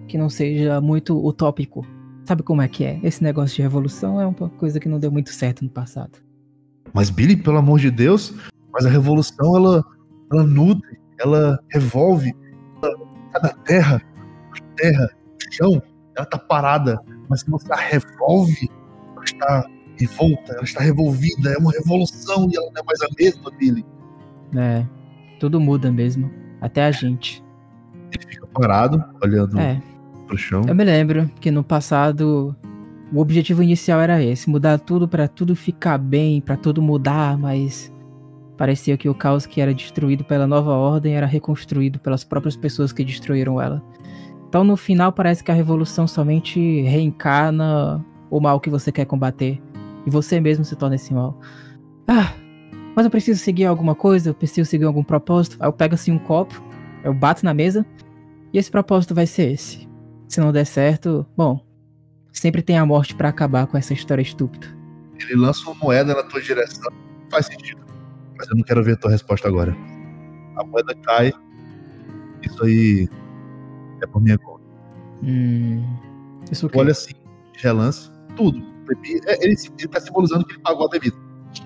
que não seja muito utópico. Sabe como é que é? Esse negócio de revolução é uma coisa que não deu muito certo no passado. Mas, Billy, pelo amor de Deus, mas a revolução, ela, ela nutre, ela revolve, ela tá na terra, terra, chão, ela tá parada, mas se você a revolve, ela está revolta, ela está revolvida, é uma revolução e ela não é mais a mesma, Billy. É, tudo muda mesmo, até a gente. Ele fica parado, olhando É. pro chão. Eu me lembro que no passado o objetivo inicial era esse, mudar tudo pra tudo ficar bem, pra tudo mudar, mas parecia que o caos que era destruído pela nova ordem era reconstruído pelas próprias pessoas que destruíram ela. Então no final parece que a revolução somente reencarna o mal que você quer combater e você mesmo se torna esse mal. Ah, mas eu preciso seguir alguma coisa, eu preciso seguir algum propósito. Aí eu pego assim um copo, eu bato na mesa e esse propósito vai ser esse. Se não der certo, bom, sempre tem a morte pra acabar com essa história estúpida. Ele lança uma moeda na tua direção. Faz sentido. Mas eu não quero ver a tua resposta agora. A moeda cai. Isso aí é por minha conta. Hum. Isso o quê? Olha assim, de relance, tudo. Ele, ele, ele tá simbolizando que ele pagou a bebida.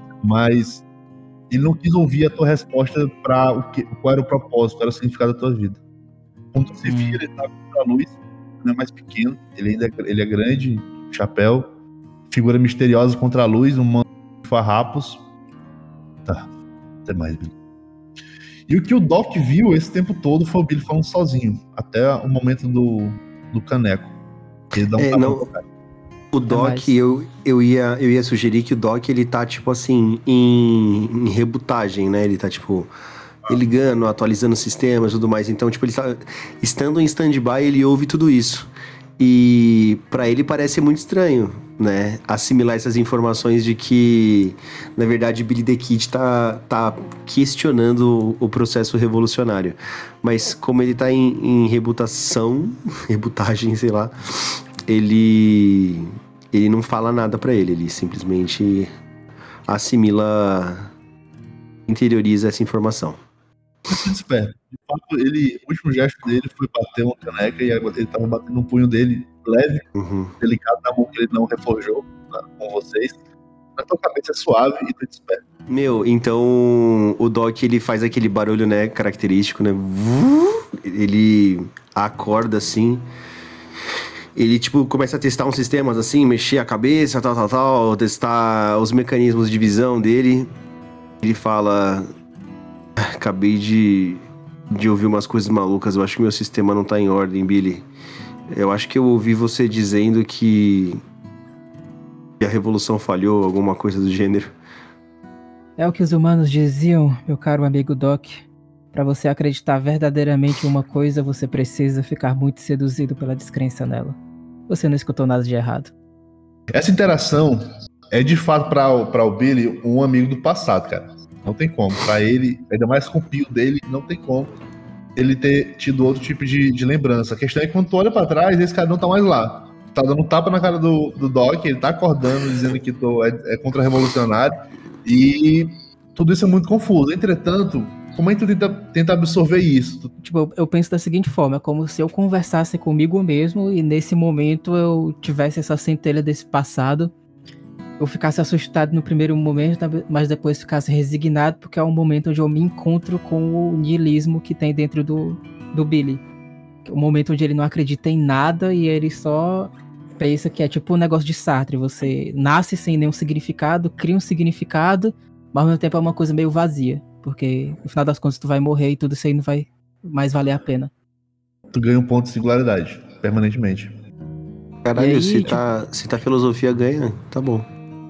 Mas ele não quis ouvir a tua resposta pra o que, qual era o propósito, qual era o significado da tua vida. Quando você Hum. vira, ele tá contra a luz. Ele não é mais pequeno, ele ainda é, ele é grande, chapéu, figura misteriosa contra a luz, um manto de farrapos. Tá, até mais, Billy. E o que o Doc viu esse tempo todo foi o Billy falando sozinho, até o momento do, do caneco. Ele dá um É, tapa não- no cara. O Doc, mais. eu, eu, ia, eu ia sugerir que o Doc, ele tá, tipo assim, em, em rebutagem, né? Ele tá, tipo, ligando, atualizando sistemas e tudo mais. Então, tipo, ele tá, estando em stand-by, ele ouve tudo isso. E pra ele parece muito estranho, né? Assimilar essas informações de que, na verdade, Billy the Kid tá, tá questionando o processo revolucionário. Mas como ele tá em, em rebutação, rebutagem, sei lá, ele, ele não fala nada pra ele. Ele simplesmente assimila, interioriza essa informação. Muito esperto. De fato, ele, o último gesto dele foi bater uma caneca e agora ele tava batendo um punho dele leve, Uhum. delicado, na mão que ele não reforjou, tá, com vocês. Na tua cabeça é suave e tu desperta. Meu, então o Doc, ele faz aquele barulho, né, característico, né? Ele acorda assim. Ele, tipo, começa a testar uns sistemas assim, mexer a cabeça, tal, tal, tal, testar os mecanismos de visão dele. Ele fala: acabei de, de ouvir umas coisas malucas, eu acho que meu sistema não tá em ordem, Billy. Eu acho que eu ouvi você dizendo que que a revolução falhou, alguma coisa do gênero. É o que os humanos diziam, meu caro amigo Doc. Pra você acreditar verdadeiramente em uma coisa, você precisa ficar muito seduzido pela descrença nela. Você não escutou nada de errado. Essa interação é de fato pra, o- pra o Billy um amigo do passado, cara. Não tem como. Pra ele, ainda mais com o pio dele, não tem como ele ter tido outro tipo de, de lembrança. A questão é que quando tu olha pra trás, esse cara não tá mais lá. Tá dando um tapa na cara do, do Doc, ele tá acordando, dizendo que tu é, é contra-revolucionário. E tudo isso é muito confuso. Entretanto, como é que tu tenta, tenta absorver isso? Tu- Tipo, eu, eu penso da seguinte forma, é como se eu conversasse comigo mesmo e nesse momento eu tivesse essa centelha desse passado. Eu ficasse assustado no primeiro momento, mas depois ficasse resignado, porque é um momento onde eu me encontro com o niilismo que tem dentro do, do Billy. O momento onde ele não acredita em nada e ele só pensa que é tipo um negócio de Sartre. Você nasce sem nenhum significado, cria um significado, mas ao mesmo tempo é uma coisa meio vazia. Porque no final das contas tu vai morrer e tudo isso aí não vai mais valer a pena. tu ganha um ponto de singularidade, permanentemente. Caralho, E aí, se, tipo- tá, se tá filosofia ganha, tá bom.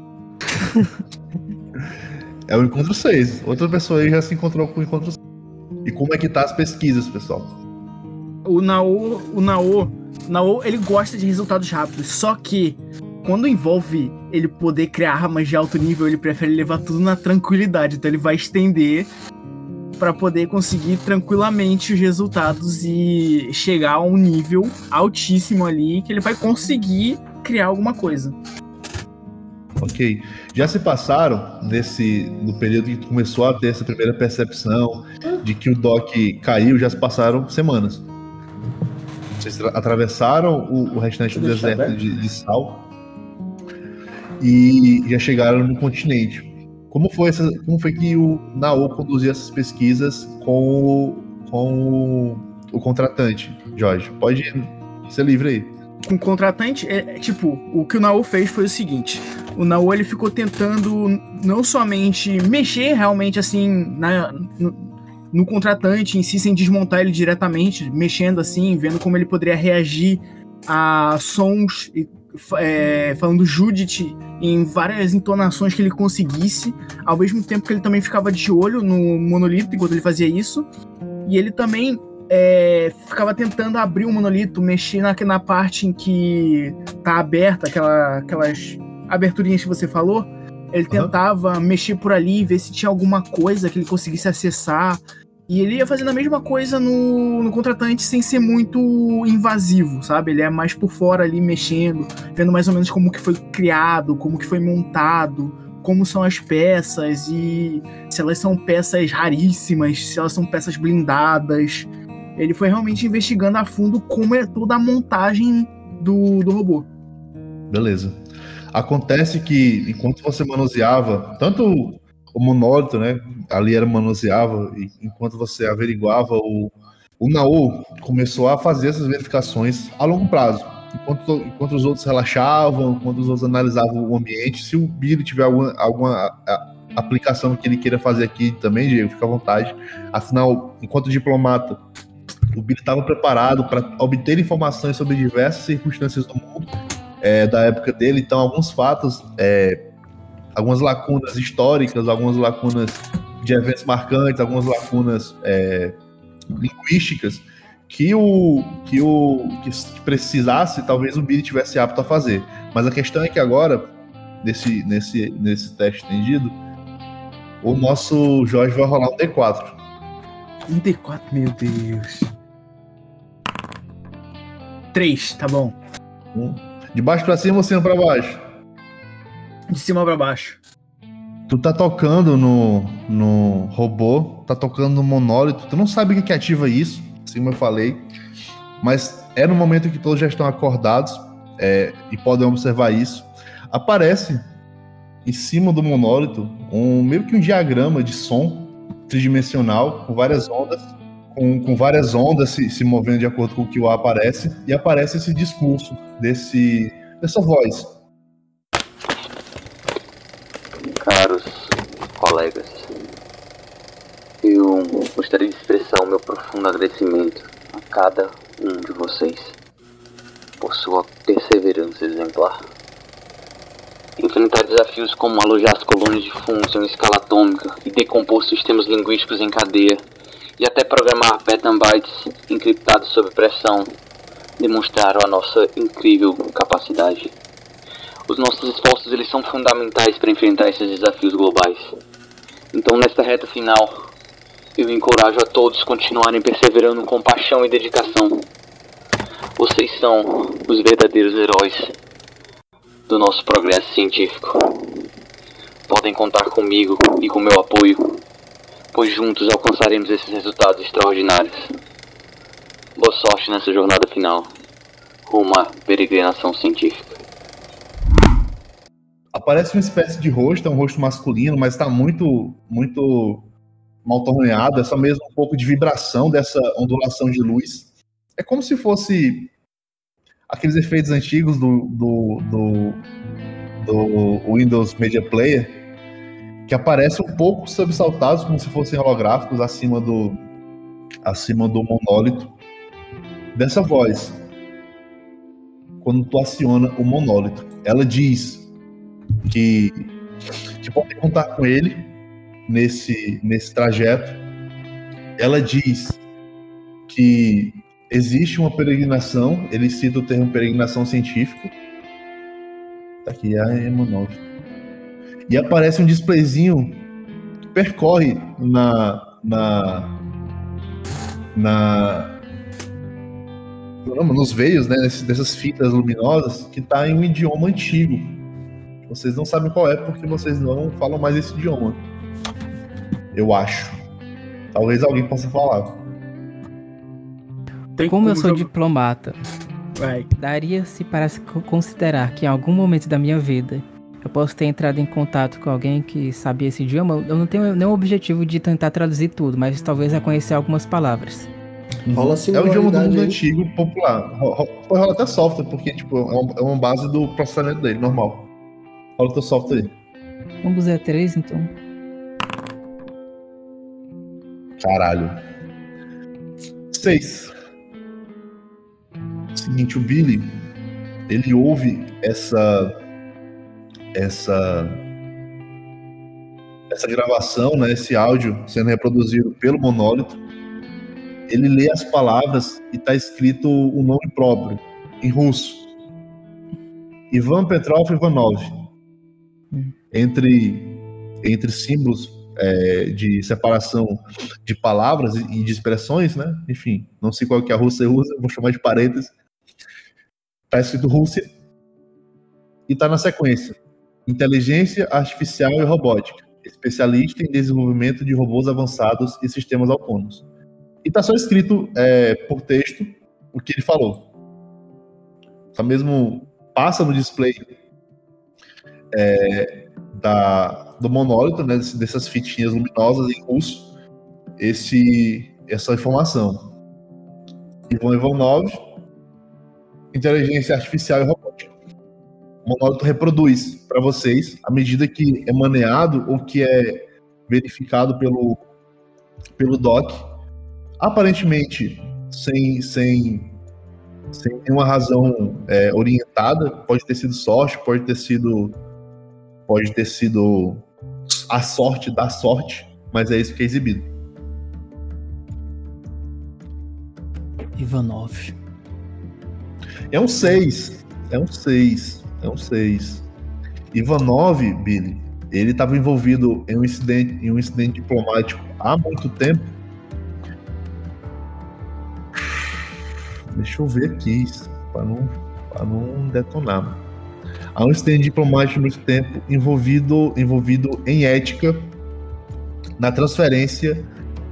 É o encontro seis. Outra pessoa aí já se encontrou com o encontro seis. E como é que tá as pesquisas, pessoal? O Nao, o Nao, Nao, ele gosta de resultados rápidos, só que quando envolve ele poder criar armas de alto nível, ele prefere levar tudo na tranquilidade, então ele vai estender pra poder conseguir tranquilamente os resultados e chegar a um nível altíssimo ali que ele vai conseguir criar alguma coisa. Ok. Já se passaram desse do período que tu começou a ter essa primeira percepção de que o Doc caiu, já se passaram semanas. Vocês tra- atravessaram o, o restante do Deixa deserto aberto. de, de sal e já chegaram no continente. Como foi, essa, como foi que o Nao conduziu essas pesquisas com o, com o, o contratante, Jorge? Pode ser livre aí. Com o contratante, é, é, tipo, o que o Nao fez foi o seguinte: o Nao ele ficou tentando não somente mexer realmente assim na, no, no contratante em si, sem desmontar ele diretamente, mexendo assim, vendo como ele poderia reagir a sons, é, falando Judith em várias entonações que ele conseguisse, ao mesmo tempo que ele também ficava de olho no monolito enquanto ele fazia isso, e ele também é, ficava tentando abrir o monolito, mexer na, na parte em que tá aberta, aquela, aquelas aberturinhas que você falou. Ele Uhum. tentava mexer por ali, ver se tinha alguma coisa que ele conseguisse acessar. E ele ia fazendo a mesma coisa no, no contratante sem ser muito invasivo, sabe? Ele é mais por fora ali, mexendo, vendo mais ou menos como que foi criado, como que foi montado, como são as peças e se elas são peças raríssimas, se elas são peças blindadas. Ele foi realmente investigando a fundo como é toda a montagem do, do robô. Beleza. Acontece que enquanto você manuseava, tanto o monólito, né, ali era manuseava, e enquanto você averiguava, o, o Nao começou a fazer essas verificações a longo prazo. Enquanto, enquanto os outros relaxavam, enquanto os outros analisavam o ambiente, se o Billy tiver alguma, alguma a, a, aplicação que ele queira fazer aqui também, Diego, fica à vontade. Afinal, enquanto diplomata, o Billy estava preparado para obter informações sobre diversas circunstâncias do mundo é, da época dele, então alguns fatos, é, algumas lacunas históricas, algumas lacunas de eventos marcantes, algumas lacunas é, linguísticas que o que o que precisasse, talvez o Billy tivesse apto a fazer. Mas a questão é que agora, nesse, nesse, nesse teste estendido, o nosso Jorge vai rolar um D quatro. Um D quatro, meu Deus. Três, tá bom. Um. De baixo pra cima ou cima pra baixo? De cima pra baixo. Tu tá tocando no, no robô, tá tocando no monólito, tu não sabe o que, que ativa isso, assim como eu falei, mas é no momento que todos já estão acordados é, e podem observar isso. Aparece em cima do monólito um, meio que um diagrama de som tridimensional com várias ondas, com, com várias ondas se, se movendo de acordo com o que o aparece, e aparece esse discurso desse, dessa voz. Caros colegas, eu gostaria de expressar o meu profundo agradecimento a cada um de vocês por sua perseverança exemplar. Enfrentar desafios como alojar as colônias de fungos em escala atômica e decompor sistemas linguísticos em cadeia, e até programar petabytes encriptados sob pressão, demonstraram a nossa incrível capacidade. Os nossos esforços eles são fundamentais para enfrentar esses desafios globais. Então, nesta reta final, eu encorajo a todos continuarem perseverando com paixão e dedicação. Vocês são os verdadeiros heróis do nosso progresso científico. Podem contar comigo e com meu apoio, pois juntos alcançaremos esses resultados extraordinários. Boa sorte nessa jornada final, rumo à peregrinação científica. Aparece uma espécie de rosto, é um rosto masculino, mas está muito, muito mal torneado, é só mesmo um pouco de vibração dessa ondulação de luz. É como se fosse aqueles efeitos antigos do, do, do, do Windows Media Player, que aparecem um pouco sobressaltados, como se fossem holográficos acima do, acima do monólito. Dessa voz, quando tu aciona o monólito, ela diz que, que pode contar com ele nesse, nesse trajeto. Ela diz que existe uma peregrinação, ele cita o termo peregrinação científica. Tá aqui, é monólito. E aparece um displayzinho que percorre na na na nos veios, né, dessas fitas luminosas, que tá em um idioma antigo. Vocês não sabem qual é porque vocês não falam mais esse idioma. Eu acho. Talvez alguém possa falar. tem Como eu como sou jogar- diplomata, Vai. daria-se para se co- considerar que em algum momento da minha vida eu posso ter entrado em contato com alguém que sabia esse idioma. Eu não tenho nenhum objetivo de tentar traduzir tudo, mas talvez reconhecer algumas palavras. Rola É o idioma do singularidade mundo aí. antigo, popular. Ro- ro- Pode rolar até software, porque tipo, é uma, é uma base do processamento dele, normal. Rola teu software aí. Ambos é três, então. Caralho. Seis. Seguinte, o Billy, ele ouve essa essa essa gravação, né, esse áudio sendo reproduzido pelo monólito. Ele lê as palavras e tá escrito o nome próprio em russo. Ivan Petrov Ivanov. Hum. Entre entre símbolos é, de separação de palavras e e de expressões, né? Enfim, não sei qual que a Rússia usa, vou chamar de parênteses. Tá escrito Rússia e tá na sequência: Inteligência Artificial e Robótica, especialista em desenvolvimento de robôs avançados e sistemas autônomos. E tá só escrito é, por texto o que ele falou. Só mesmo passa no display é, da, do monólito, né, dessas fitinhas luminosas em russo, esse, essa informação. Ivan Ivanov, Inteligência Artificial e Robótica. O monólito reproduz para vocês, à medida que é maneado ou que é verificado pelo, pelo doc, aparentemente sem, sem, sem nenhuma razão é, orientada. Pode ter sido sorte, pode ter sido pode ter sido a sorte da sorte, mas é isso que é exibido. Ivanov. É um seis. É um seis. É um seis. Ivanov, Billy, ele estava envolvido em um incidente, em um incidente diplomático há muito tempo. Deixa eu ver aqui, para não, para não detonar. Há um incidente diplomático há muito tempo envolvido, envolvido em ética na transferência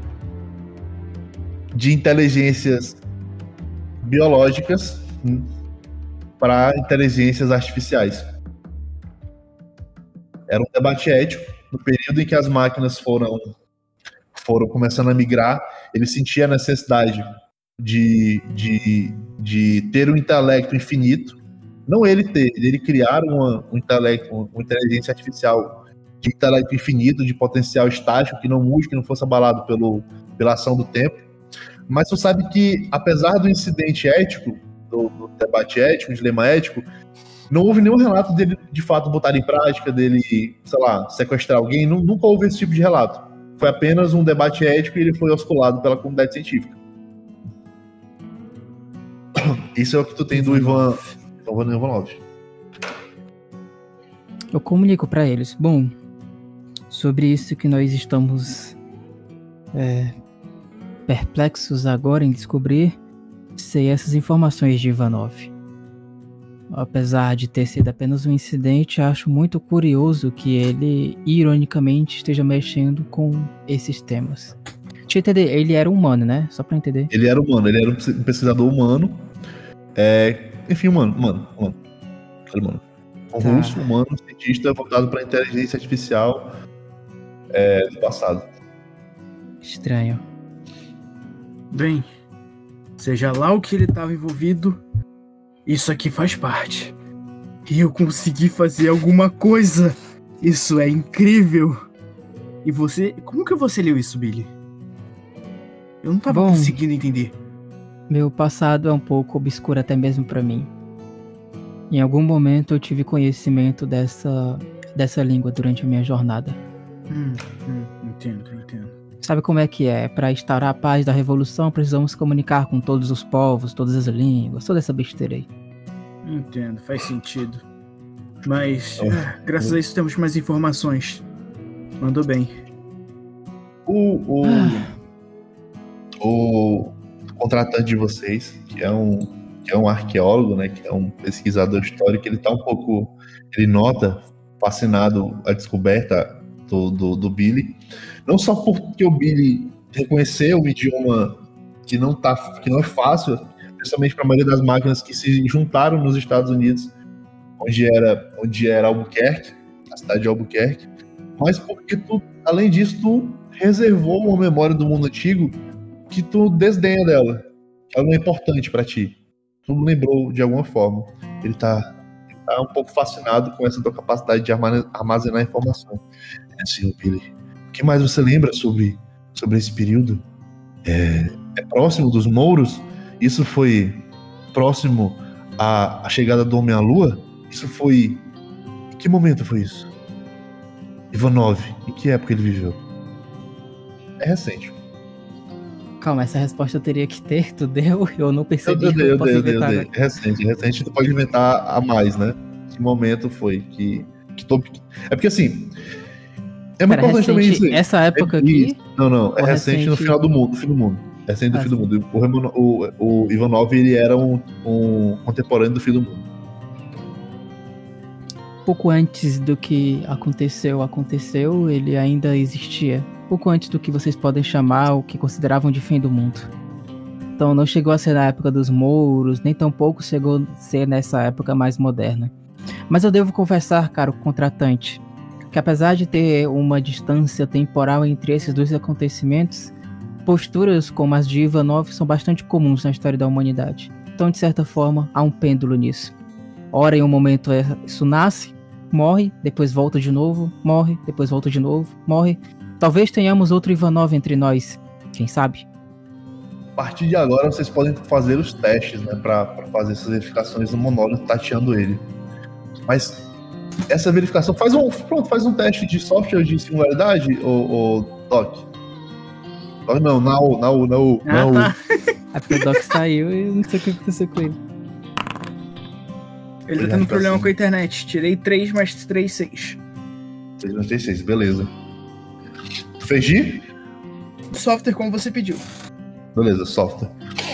de inteligências biológicas para inteligências artificiais. Era um debate ético. No período em que as máquinas foram, foram começando a migrar, ele sentia a necessidade de, de, de ter um intelecto infinito. Não ele ter, ele criar uma, um intelecto, uma inteligência artificial de intelecto infinito, de potencial estático, que não mude, que não fosse abalado pelo, pela ação do tempo. Mas você sabe que, apesar do incidente ético, do, do debate ético, do dilema ético, não houve nenhum relato dele, de fato, botar em prática, dele, sei lá, sequestrar alguém. Não, nunca houve esse tipo de relato. Foi apenas um debate ético e ele foi osculado pela comunidade científica. Isso é o que tu tem do Ivan, Ivan Ivanov. Eu comunico pra eles. Bom, sobre isso que nós estamos é, perplexos agora em descobrir, sei essas informações de Ivanov. Apesar de ter sido apenas um incidente, acho muito curioso que ele, ironicamente, esteja mexendo com esses temas. Deixa eu entender, ele era humano, né? Só pra entender. Ele era humano, ele era um pesquisador humano. É, enfim, humano, humano, humano. Era humano. Um Tá. russo, humano, cientista voltado para inteligência artificial é, do passado. Estranho. Bem, seja lá o que ele estava envolvido, isso aqui faz parte. E eu consegui fazer alguma coisa. Isso é incrível. E você... Como que você leu isso, Billy? Eu não tava Bom. conseguindo entender. Meu passado é um pouco obscuro até mesmo pra mim. Em algum momento eu tive conhecimento dessa, dessa língua durante a minha jornada. Hum, hum, entendo, entendo. Sabe como é que é? Para instaurar a paz da revolução, precisamos comunicar com todos os povos, todas as línguas, toda essa besteira aí. Entendo, faz sentido. Mas, Oh. ah, graças a isso temos mais informações. Mandou bem. O, o, Ah. o contratante de vocês, que é um, que é um arqueólogo, né, que é um pesquisador histórico, ele tá um pouco, ele nota, fascinado a descoberta do, do, do Billy, não só porque o Billy reconheceu o idioma que não, tá, que não é fácil, principalmente para a maioria das máquinas que se juntaram nos Estados Unidos, onde era, onde era Albuquerque, a cidade de Albuquerque, mas porque tu, além disso, tu reservou uma memória do mundo antigo que tu desdenha dela, que ela não é importante para ti. Tu lembrou de alguma forma. Ele tá, ele tá um pouco fascinado com essa tua capacidade de armazenar informação. É assim, Billy, o que mais você lembra sobre, sobre esse período? É, é próximo dos Mouros? Isso foi próximo à, à chegada do Homem à Lua? Isso foi... Em que momento foi isso? Ivanov, em que época ele viveu? É recente. Calma, essa resposta eu teria que ter, tu deu? Eu não percebi. Eu dei, eu posso dei, eu dei, eu inventar dei. agora. É recente, é recente, tu pode inventar a mais, né? Que momento foi que... que tô... É porque assim... É muito Pera, importante também recente, isso. essa época é, aqui? isso. Não, não, é Ou recente, no recente- final do mundo, no fim do mundo. É recente do Ah, fim do sim. mundo. O, Remo- o, o Ivanov, ele era um, um contemporâneo do fim do mundo. Pouco antes do que aconteceu, aconteceu, ele ainda existia. Pouco antes do que vocês podem chamar o que consideravam de fim do mundo. Então não chegou a ser na época dos Mouros, nem tampouco chegou a ser nessa época mais moderna. Mas eu devo confessar, caro contratante, que apesar de ter uma distância temporal entre esses dois acontecimentos, posturas como as de Ivanov são bastante comuns na história da humanidade. Então, de certa forma, há um pêndulo nisso. Ora, em um momento isso nasce, morre, depois volta de novo, morre, depois volta de novo, morre. Talvez tenhamos outro Ivanov entre nós, quem sabe? A partir de agora, vocês podem fazer os testes, né? Pra, pra fazer essas verificações no monólito, tateando ele. Mas essa verificação... Faz um, pronto, faz um teste de software de singularidade, ô, ô Doc. Doc não, na U, na U, na U, na Ah, U. tá. É porque o Doc saiu e eu não sei o que aconteceu com ele. Ele Ele tá tendo tá problema assim. com a internet. Tirei três mais três, seis. seis mais três, seis, beleza. Tu fez G? Software como você pediu. Beleza, software.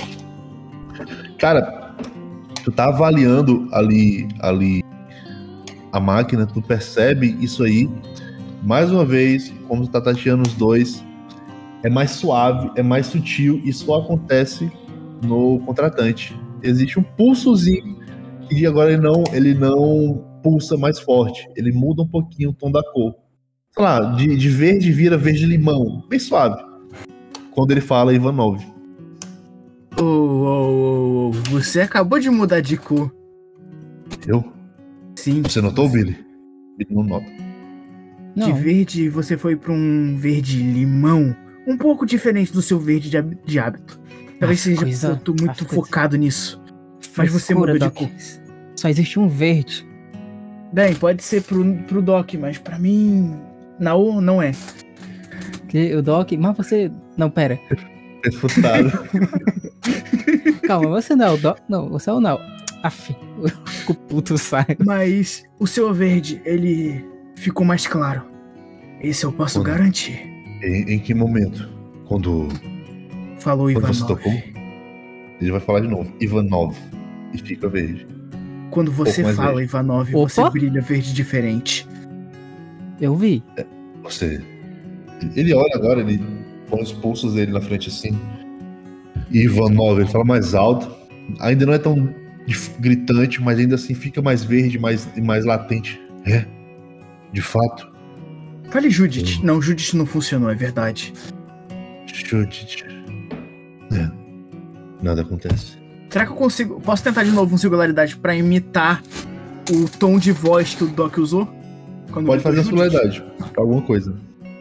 Cara, tu tá avaliando ali, ali a máquina, tu percebe isso aí. Mais uma vez, como tu tá tateando os dois, é mais suave, é mais sutil e só acontece no contratante. Existe um pulsozinho e agora ele não, ele não pulsa mais forte, ele muda um pouquinho o tom da cor. Sei lá, de, de verde vira verde limão, bem suave. Quando ele fala Ivanov. Ô, ô, ô, ô, você acabou de mudar de cor. Eu? Sim. Você notou, Billy? Billy não nota. Não, De verde você foi pra um verde limão. Um pouco diferente do seu verde de, hab- de hábito. Talvez Ah, seja coisa- porque eu tô muito ah, coisa- focado nisso. Mas você frescura, mudou de Doc. cor. Só existe um verde. Bem, pode ser pro, pro Doc, mas pra mim, na U não é. Que o Doc. Mas você. Não, pera. Refutado. Calma, você não é o Doc. Não, você é o não. Aff, eu fico puto, sai. Mas o seu verde, ele ficou mais claro. Esse eu posso Quando? garantir. em, em que momento? Quando, Falou quando você Ivanov. tocou? Ele vai falar de novo. Ivanov. E fica verde. Quando você pouco mais fala verde. Ivanov, Opa. você brilha verde diferente. Eu vi. Você. Ele olha agora, ele põe os pulsos dele na frente assim. Ivanov, ele fala mais alto. Ainda não é tão dif- gritante, mas ainda assim fica mais verde mais, e mais latente. É? De fato? Fale Judith. Hum. Não, Judith não funcionou, é verdade. Judith. É. Nada acontece. Será que eu consigo... Posso tentar de novo um singularidade pra imitar o tom de voz que o Doc usou? Quando Pode gritou fazer a Judith? singularidade. Pra alguma coisa.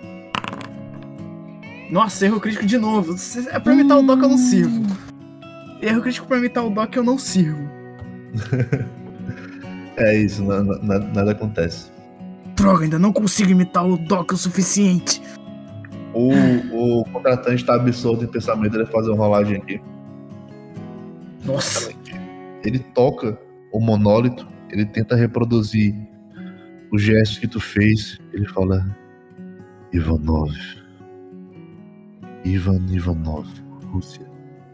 Nossa, erro crítico de novo. Se é pra imitar o Doc, eu não sirvo. Erro crítico pra imitar o Doc, eu não sirvo. É isso, na- na- nada acontece. Droga, ainda não consigo imitar o Doc o suficiente. O, o contratante tá absorto em pensamento, ele vai fazer uma rolagem aqui. Nossa. Ele toca o monólito, ele tenta reproduzir o gesto que tu fez. Ele fala: Ivanov. Ivan Ivanov, Rússia.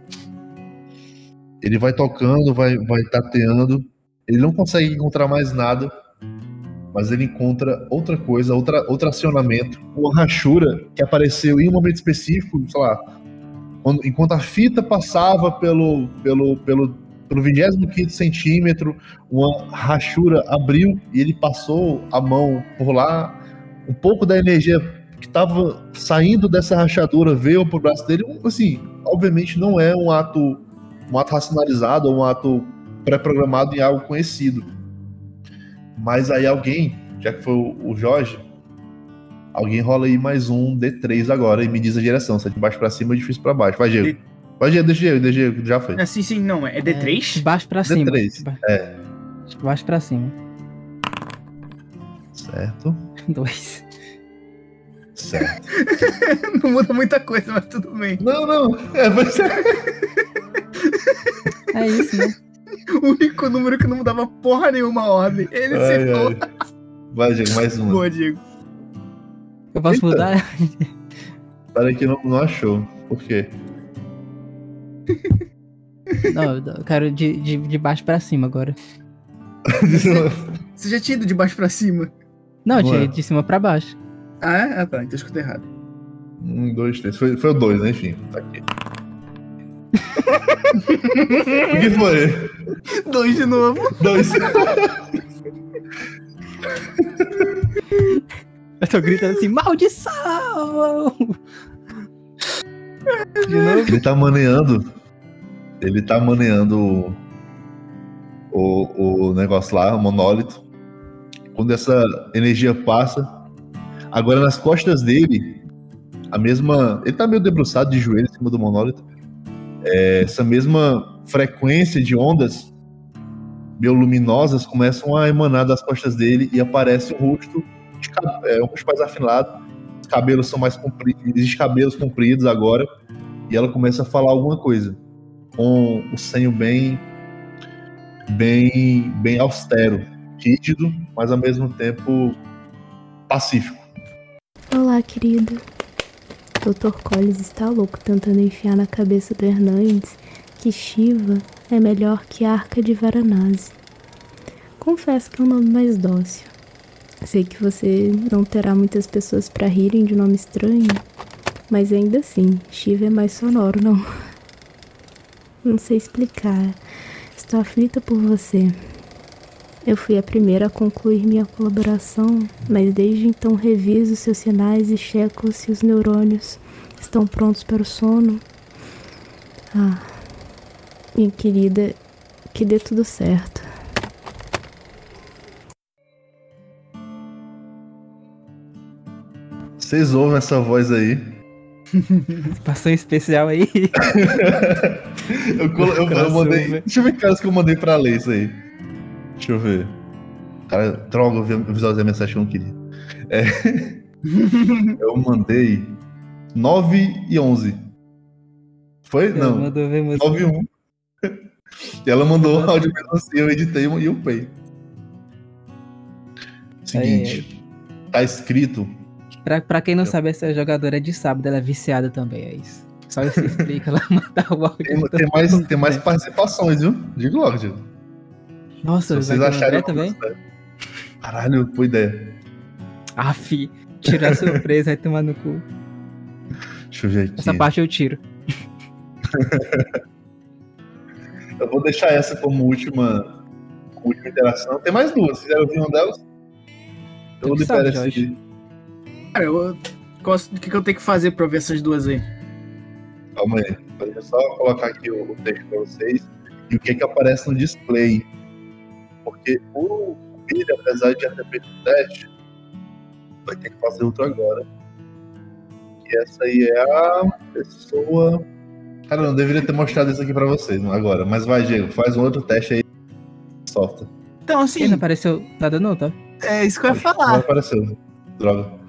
Ele vai tocando, vai, vai tateando. Ele não consegue encontrar mais nada, mas ele encontra outra coisa, outra, outro acionamento. Uma rachura que apareceu em um momento específico, sei lá, Quando, enquanto a fita passava pelo, pelo, pelo, pelo vigésimo quinto centímetro, uma rachura abriu e ele passou a mão por lá. Um pouco da energia que estava saindo dessa rachadura veio pro braço dele. Assim, obviamente não é um ato, um ato racionalizado ou um ato pré-programado em algo conhecido. Mas aí alguém, já que foi o Jorge, alguém rola aí mais um D três agora e me diz a direção. Se é de baixo pra cima ou de difícil pra baixo. Vai, Diego. D... Vai, Diego, deixa Diego, deixa Diego, já foi. Ah, sim, sim, não. É D três? É, de baixo pra cima. D três, De ba... é. De baixo pra cima. Certo. Dois. Certo. Não muda muita coisa, mas tudo bem. Não, não. É, você... é isso, né? O único número que não mudava porra nenhuma a ordem. Ele ai, acertou. ai. Vai, Diego, mais uma. Boa, Diego. Eu posso Eita. mudar? Para que não, não achou. Por quê? Não, eu quero de, de, de baixo pra cima agora. Você já tinha ido de baixo pra cima? Não, eu tinha Ué. ido de cima pra baixo. Ah, é? Ah, tá. Então eu escutei errado. Um, dois, três. Foi, foi o dois, né? Enfim, tá aqui. O que foi? Dois de novo. Dois. Eu tô gritando assim, maldição! De novo? Ele tá maneando. Ele tá maneando o, o negócio lá, o monólito. Quando essa energia passa, agora nas costas dele, a mesma. Ele tá meio debruçado de joelho em cima do monólito. É, essa mesma frequência de ondas bioluminosas começam a emanar das costas dele e aparece um rosto, de, é, um rosto mais afinado. Os cabelos são mais compridos, existem cabelos compridos agora. E ela começa a falar alguma coisa, com o senho bem, bem, bem austero, rígido, mas ao mesmo tempo pacífico. Olá, querido. doutor Collins está louco tentando enfiar na cabeça do Hernandes que Shiva é melhor que Arca de Varanasi. Confesso que é um nome mais dócil. Sei que você não terá muitas pessoas para rirem de nome estranho, mas ainda assim, Shiva é mais sonoro, não? Não sei explicar. Estou aflita por você. Eu fui a primeira a concluir minha colaboração, mas desde então reviso seus sinais e checo se os neurônios estão prontos para o sono. Ah, minha querida, que dê tudo certo. Vocês ouvem essa voz aí? Passou em especial aí. eu, colo- eu, eu mandei. Deixa eu ver que caras que eu mandei pra ler isso aí. Deixa eu ver. Cara, droga, eu vi- eu visualizei a mensagem que eu não queria. É, eu mandei nove e onze. Foi? Ela Não. mandou ver música. nove e um. E ela mandou o áudio mesmo assim, eu editei e upei. Seguinte. Tá escrito. Pra, pra quem não sabe, essa jogadora é de sábado, ela é viciada também, é isso. Só isso explica ela mandar o áudio. Tem, tem mais, tem mais participações, viu? Digo logo, Diego. Nossa, Se vocês vai ter o acharem. André também? Caralho, boa ideia. Ah, fi, tirar a surpresa, vai tomar no cu. Deixa eu ver aqui. Essa parte eu tiro. Eu vou deixar essa como última, como última interação. Tem mais duas. Se quiser ouvir uma delas, eu Tu que libero sabe, esse. Cara, eu... qual- o que, que eu tenho que fazer pra ver essas duas aí? Calma aí. Deixa eu só colocar aqui o, o texto pra vocês. E o que é que aparece no display. Porque o Billy, apesar de já ter feito o teste, vai ter que fazer outro agora. E essa aí é a pessoa. Cara, eu não deveria ter mostrado isso aqui pra vocês agora. Mas vai, Diego, faz um outro teste aí. Software. Então, Ih, assim, não apareceu nada não, tá? é isso que eu ia Não falar. apareceu. Droga.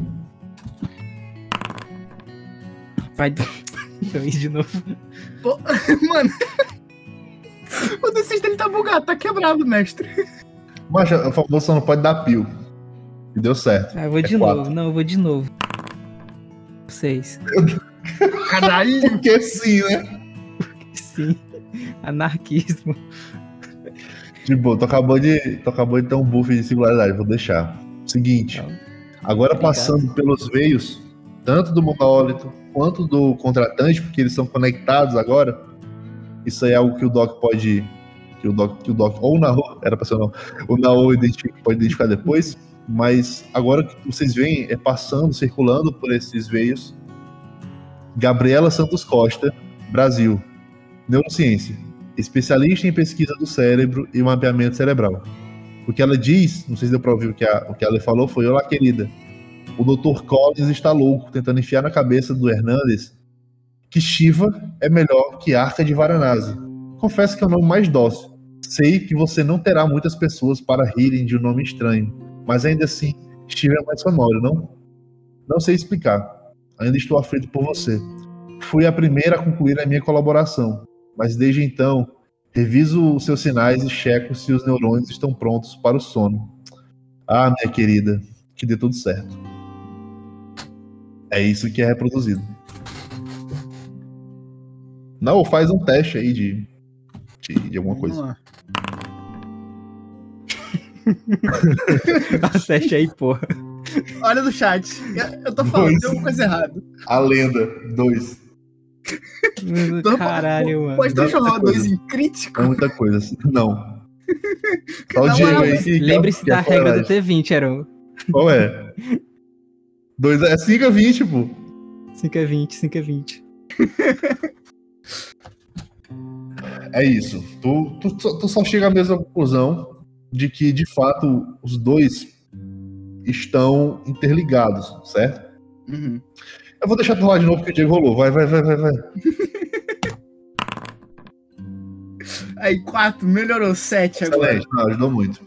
Vai dois de novo. Pô, mano. O D seis dele tá bugado, tá quebrado, mestre. Mas a famosa só não pode dar pio. E deu certo. Ah, eu vou É de quatro. novo. Não, eu vou de novo. Seis. Caralho. Porque sim, né? Sim. Anarquismo. De boa, tu acabou de, tu acabou de ter um buff de singularidade, vou deixar. Seguinte, Então, agora obrigado. passando pelos veios, tanto do monólito quanto do contratante, porque eles são conectados agora. Isso aí é algo que o Doc pode, que o Doc, que o Doc ou o Nao, era pra ser não, o Nao identifica, pode identificar depois, mas agora que vocês veem é passando, circulando por esses veios, Gabriela Santos Costa, Brasil, neurociência, especialista em pesquisa do cérebro e mapeamento cerebral. O que ela diz, não sei se deu pra ouvir o que, a, o que ela falou, foi: olá, querida, o doutor Collins está louco, tentando enfiar na cabeça do Hernandes que Shiva é melhor que Arca de Varanasi. Confesso que é o nome mais dócil. Sei que você não terá muitas pessoas para rirem de um nome estranho, mas ainda assim, Shiva é mais sonoro, não? Não sei explicar. Ainda estou aflito por você. Fui a primeira a concluir a minha colaboração, mas desde então, reviso os seus sinais e checo se os neurônios estão prontos para o sono. Ah, minha querida, que dê tudo certo. É isso que é reproduzido. Não, faz um teste aí de, de, de alguma Vamos coisa. lá. Teste aí, porra. Olha no chat. Eu, eu tô falando, Dois. tem alguma coisa errada. A lenda, dois. Tô- Caralho, mano. Pode Dá transformar muita dois coisa. em crítico? É muita coisa. Não. Só o Não, Diego não, aí. mas que- Lembre-se que é da regra do coragem. T vinte, Aaron. Qual é? Dois, é cinco a vinte, pô. cinco a vinte, cinco a vinte. É isso. Tu, tu, só- tu só chega à mesma conclusão de que, de fato, os dois estão interligados, certo? Uhum. Eu vou deixar tu rolar de novo porque o Diego rolou. Vai, vai, vai, vai, vai. Aí, quatro, melhorou. Sete agora. Excelente. Não, ajudou muito.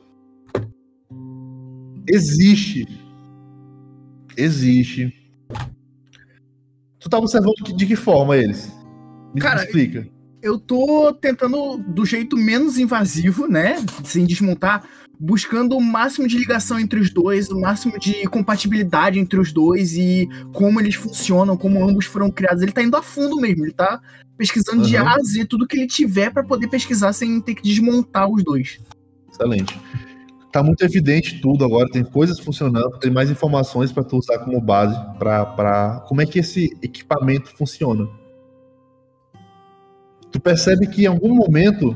Existe. Existe. Tu tá observando de que, de que forma eles? Me Cara, explica. Eu tô tentando do jeito menos invasivo, né? Sem desmontar, buscando o máximo de ligação entre os dois, o máximo de compatibilidade entre os dois e como eles funcionam, como ambos foram criados. Ele tá indo a fundo mesmo, ele tá pesquisando de Uhum. A a Z tudo que ele tiver pra poder pesquisar sem ter que desmontar os dois. Excelente. Tá muito evidente tudo agora, tem coisas funcionando, tem mais informações para tu usar como base para para como é que esse equipamento funciona. Tu percebe que em algum momento,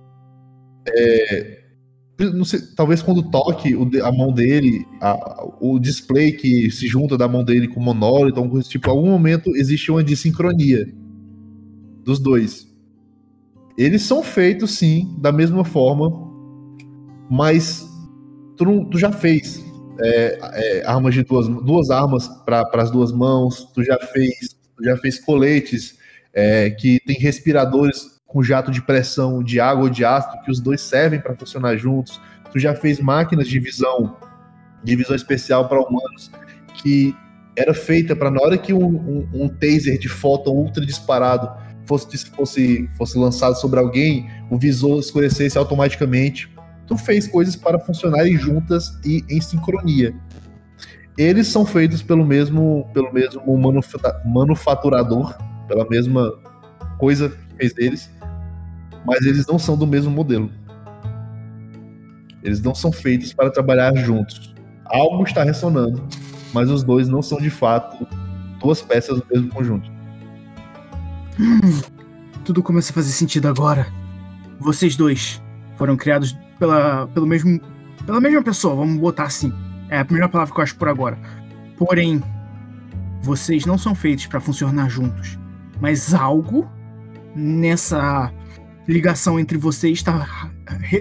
é, não sei, talvez quando toque o de- a mão dele, a- o display que se junta da mão dele com o monólito, alguma coisa tipo, em algum momento existe uma desincronia dos dois. Eles são feitos, sim, da mesma forma, mas tu, não- tu já fez é, é, armas de duas, duas armas para as duas mãos, tu já fez, tu já fez coletes é, que tem respiradores com jato de pressão de água ou de ácido, que os dois servem para funcionar juntos. Tu já fez máquinas de visão, de visão especial para humanos, que era feita para na hora que um, um, um taser de fóton ultra disparado fosse, fosse, fosse lançado sobre alguém, o visor escurecesse automaticamente. Tu fez coisas para funcionarem juntas e em sincronia. Eles são feitos pelo mesmo, pelo mesmo manufa- manufaturador, pela mesma coisa que fez eles, mas eles não são do mesmo modelo. Eles não são feitos para trabalhar juntos. Algo está ressonando, mas os dois não são de fato duas peças do mesmo conjunto. Hum, tudo começa a fazer sentido agora. Vocês dois foram criados pela, pelo mesmo, pela mesma pessoa, vamos botar assim. É a primeira palavra que eu acho por agora. Porém, vocês não são feitos para funcionar juntos. Mas algo nessa ligação entre vocês está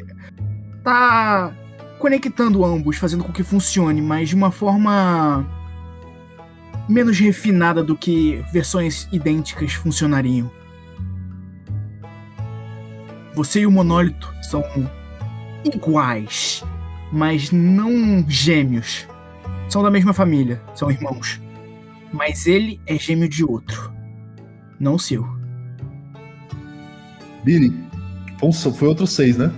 tá conectando ambos, fazendo com que funcione, mas de uma forma menos refinada do que versões idênticas funcionariam. Você e o monólito são iguais, mas não gêmeos. São da mesma família, são irmãos. Mas ele é gêmeo de outro, não o seu. Billy, foi, um- foi outro seis, né?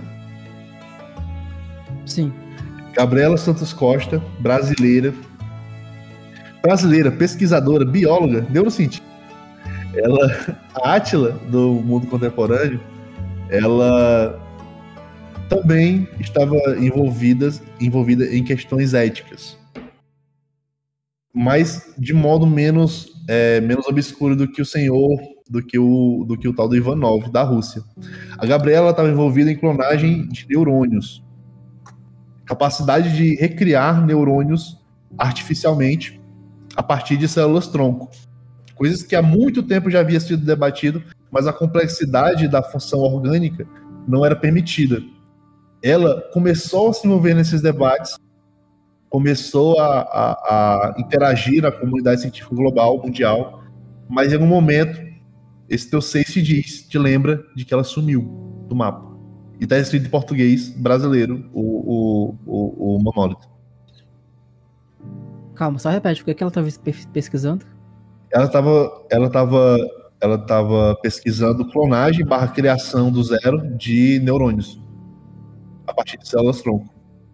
Sim. Gabriela Santos Costa, brasileira. Brasileira, pesquisadora, bióloga, neurocientista. Ela, a Átila, do mundo contemporâneo, ela também estava envolvida, envolvida em questões éticas. mas de modo menos, é, menos obscuro do que o senhor, do que o, do que o tal do Ivanov, da Rússia. A Gabriela estava envolvida em clonagem de neurônios. Capacidade de recriar neurônios artificialmente a partir de células-tronco. Coisas que há muito tempo já havia sido debatido, mas a complexidade da função orgânica não era permitida. Ela começou a se envolver nesses debates, começou a, a, a interagir na comunidade científica global, mundial, mas em algum momento, esse teu seis se diz, te lembra de que ela sumiu do mapa. E está escrito em português brasileiro, o, o, o, o monólito. Calma, só repete, por que ela estava pesquisando? Ela estava ela tava, ela tava pesquisando clonagem barra criação do zero de neurônios a partir de células-tronco.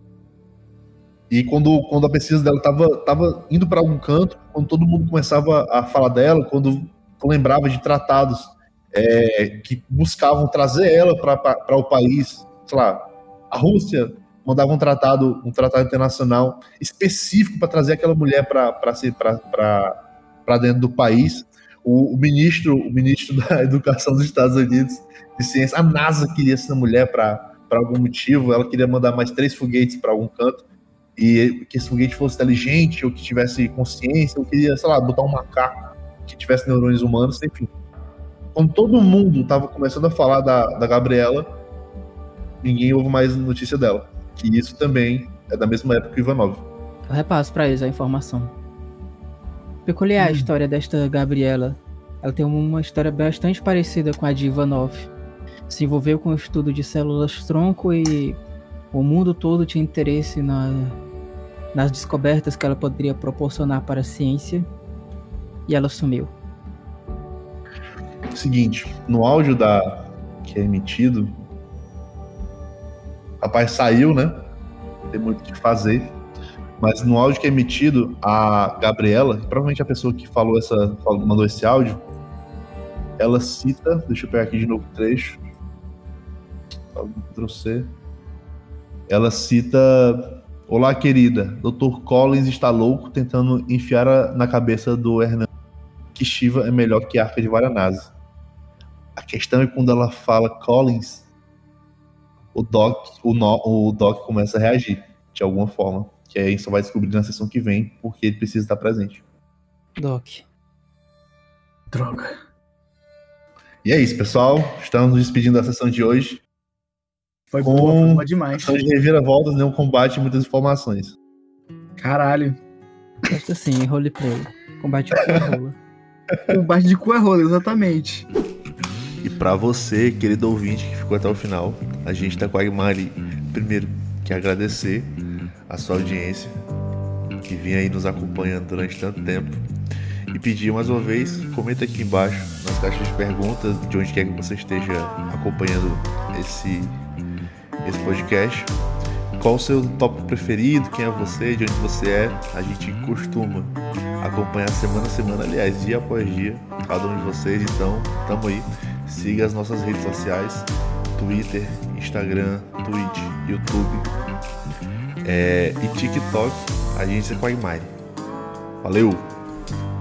E quando, quando a pesquisa dela estava tava indo para algum canto, quando todo mundo começava a falar dela, quando lembrava de tratados é, que buscavam trazer ela para o país, sei lá, a Rússia mandava um tratado, um tratado internacional específico para trazer aquela mulher para dentro do país. O, o, ministro, o ministro da Educação dos Estados Unidos de Ciência, a NASA queria essa mulher para algum motivo, ela queria mandar mais três foguetes para algum canto, e que esse foguete fosse inteligente, ou que tivesse consciência, ou queria, sei lá, botar um macaco que tivesse neurônios humanos, enfim. Quando todo mundo estava começando a falar da, da Gabriela, ninguém ouve mais notícia dela. Que isso também é da mesma época que o Ivanov. Eu repasso para eles a informação. Peculiar hum. a história desta Gabriela. Ela tem uma história bastante parecida com a de Ivanov. Se envolveu com o estudo de células-tronco e o mundo todo tinha interesse na, nas descobertas que ela poderia proporcionar para a ciência. E ela sumiu. Seguinte, no áudio da que é emitido, o rapaz saiu, né? Tem muito o que fazer. Mas no áudio que é emitido, a Gabriela, provavelmente a pessoa que falou essa, mandou esse áudio, ela cita, deixa eu pegar aqui de novo o trecho. Trouxe. Ela cita: olá, querida, doutor Collins está louco tentando enfiar a, na cabeça do Hernando que Shiva é melhor que Arca de Varanasi. A questão é quando ela fala Collins, o Doc, o, no, o Doc começa a reagir de alguma forma, que aí a gente só vai descobrir na sessão que vem, porque ele precisa estar presente. Doc. Droga. E é isso, pessoal. Estamos nos despedindo da sessão de hoje. Foi com boa, foi boa demais. Sessão de reviravoltas, nenhum combate e muitas informações. Caralho. Gosto assim, roleplay. Combate de cu é rola. Combate de cu é rola, exatamente. E pra você, querido ouvinte que ficou até o final, a gente tá com a Agmari, primeiro, que agradecer a sua audiência, que vinha aí nos acompanhando durante tanto tempo, e pedir mais uma vez, comenta aqui embaixo, nas caixas de perguntas, de onde quer que você esteja acompanhando esse, esse podcast, qual o seu tópico preferido, quem é você, de onde você é. A gente costuma acompanhar semana a semana, aliás, dia após dia, cada um de vocês, então, tamo aí. Siga as nossas redes sociais, Twitter, Instagram, Twitch, YouTube é, e TikTok, a gente é com a Imai. Valeu!